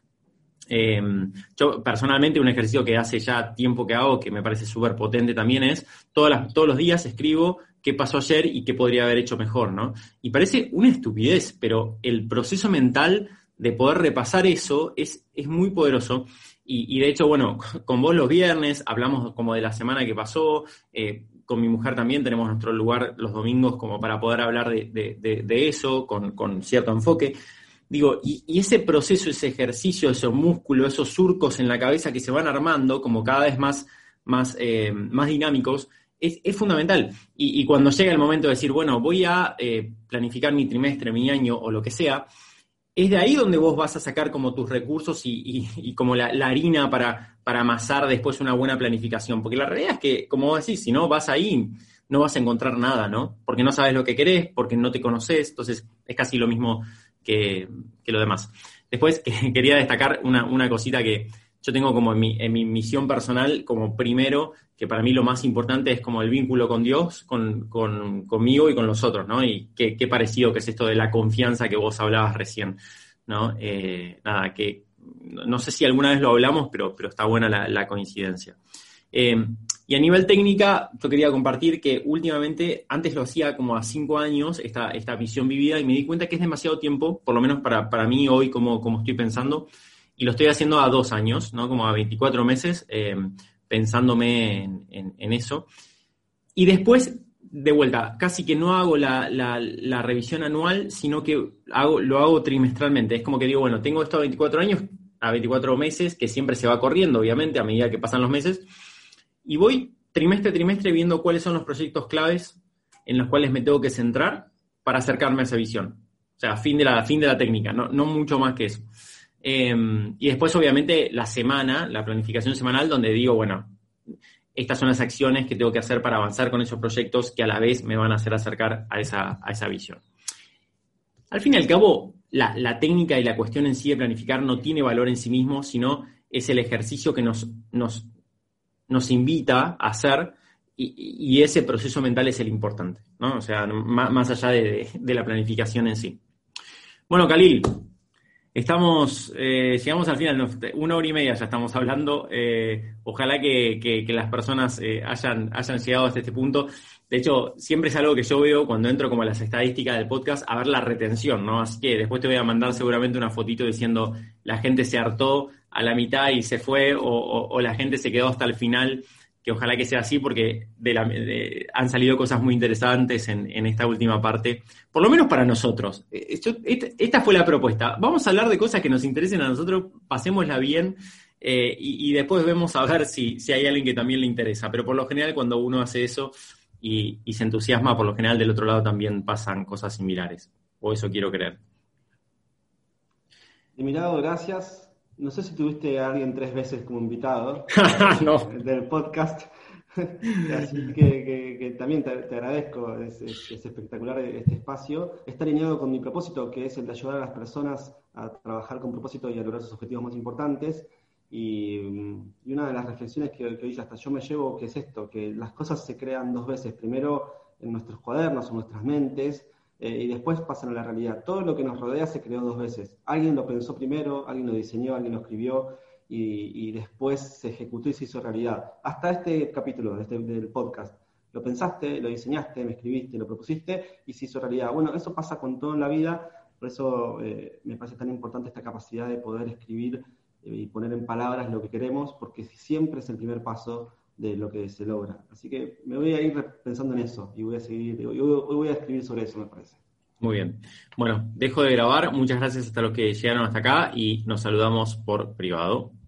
Yo personalmente un ejercicio que hace ya tiempo que hago, que me parece súper potente también es, todos los días escribo qué pasó ayer y qué podría haber hecho mejor, ¿no? Y parece una estupidez, pero el proceso mental de poder repasar eso es muy poderoso. Y de hecho, bueno, con vos los viernes hablamos como de la semana que pasó, con mi mujer también tenemos nuestro lugar los domingos como para poder hablar de eso con cierto enfoque. Digo, y ese proceso, ese ejercicio, esos músculos, esos surcos en la cabeza que se van armando como cada vez más dinámicos, es fundamental. Y cuando llega el momento de decir, bueno, voy a planificar mi trimestre, mi año o lo que sea, es de ahí donde vos vas a sacar como tus recursos y como la harina para amasar después una buena planificación. Porque la realidad es que, como vos decís, si no vas ahí, no vas a encontrar nada, ¿no? Porque no sabes lo que querés, porque no te conocés, entonces es casi lo mismo que lo demás. Después quería destacar una cosita que yo tengo como en mi misión personal, como primero, que para mí lo más importante es como el vínculo con Dios, conmigo y con los otros, ¿no? Y qué parecido que es esto de la confianza que vos hablabas recién, ¿no? Nada, que no sé si alguna vez lo hablamos, pero está buena la coincidencia. Y a nivel técnica, yo quería compartir que últimamente, antes lo hacía como a 5 años, esta visión vivida, y me di cuenta que es demasiado tiempo, por lo menos para mí hoy, como estoy pensando, y lo estoy haciendo a 2 años, ¿no? Como a 24 meses, pensándome en eso. Y después, de vuelta, casi que no hago la revisión anual, sino que lo hago trimestralmente. Es como que digo, bueno, tengo esto a 24 años, a 24 meses, que siempre se va corriendo, obviamente, a medida que pasan los meses, y voy trimestre a trimestre viendo cuáles son los proyectos claves en los cuales me tengo que centrar para acercarme a esa visión. O sea, fin de la técnica, no mucho más que eso. Y después, obviamente, la planificación semanal, donde digo, bueno, estas son las acciones que tengo que hacer para avanzar con esos proyectos que a la vez me van a hacer acercar a esa visión. Al fin y al cabo, la técnica y la cuestión en sí de planificar no tiene valor en sí mismo, sino es el ejercicio que nos invita a hacer, y ese proceso mental es el importante, ¿no? O sea, más allá de la planificación en sí. Bueno, Khalil, llegamos al final, 1 hora y media ya estamos hablando. Ojalá que las personas hayan llegado hasta este punto. De hecho, siempre es algo que yo veo cuando entro como a las estadísticas del podcast, a ver la retención, ¿no? Así que después te voy a mandar seguramente una fotito diciendo la gente se hartó a la mitad y se fue, o la gente se quedó hasta el final, que ojalá que sea así, porque han salido cosas muy interesantes en esta última parte, por lo menos para nosotros. Esta fue la propuesta. Vamos a hablar de cosas que nos interesen a nosotros, pasémosla bien, y después vemos a ver si hay alguien que también le interesa. Pero por lo general, cuando uno hace eso y se entusiasma, por lo general del otro lado también pasan cosas similares. O eso quiero creer. De mi lado, gracias. No sé si tuviste a alguien 3 veces como invitado No. del podcast, así que también te agradezco, es espectacular este espacio. Está alineado con mi propósito, que es el de ayudar a las personas a trabajar con propósito y a lograr sus objetivos más importantes. Y una de las reflexiones que hoy hasta yo me llevo, que es esto, que las cosas se crean 2 veces, primero en nuestros cuadernos o nuestras mentes, y después pasan a la realidad. Todo lo que nos rodea se creó 2 veces. Alguien lo pensó primero, alguien lo diseñó, alguien lo escribió, y después se ejecutó y se hizo realidad. Hasta este capítulo del podcast. Lo pensaste, lo diseñaste, me escribiste, lo propusiste y se hizo realidad. Bueno, eso pasa con todo en la vida, por eso me parece tan importante esta capacidad de poder escribir y poner en palabras lo que queremos, porque siempre es el primer paso de lo que se logra. Así que me voy a ir pensando en eso y voy a escribir sobre eso, me parece. Muy bien. Bueno, dejo de grabar. Muchas gracias a los que llegaron hasta acá y nos saludamos por privado.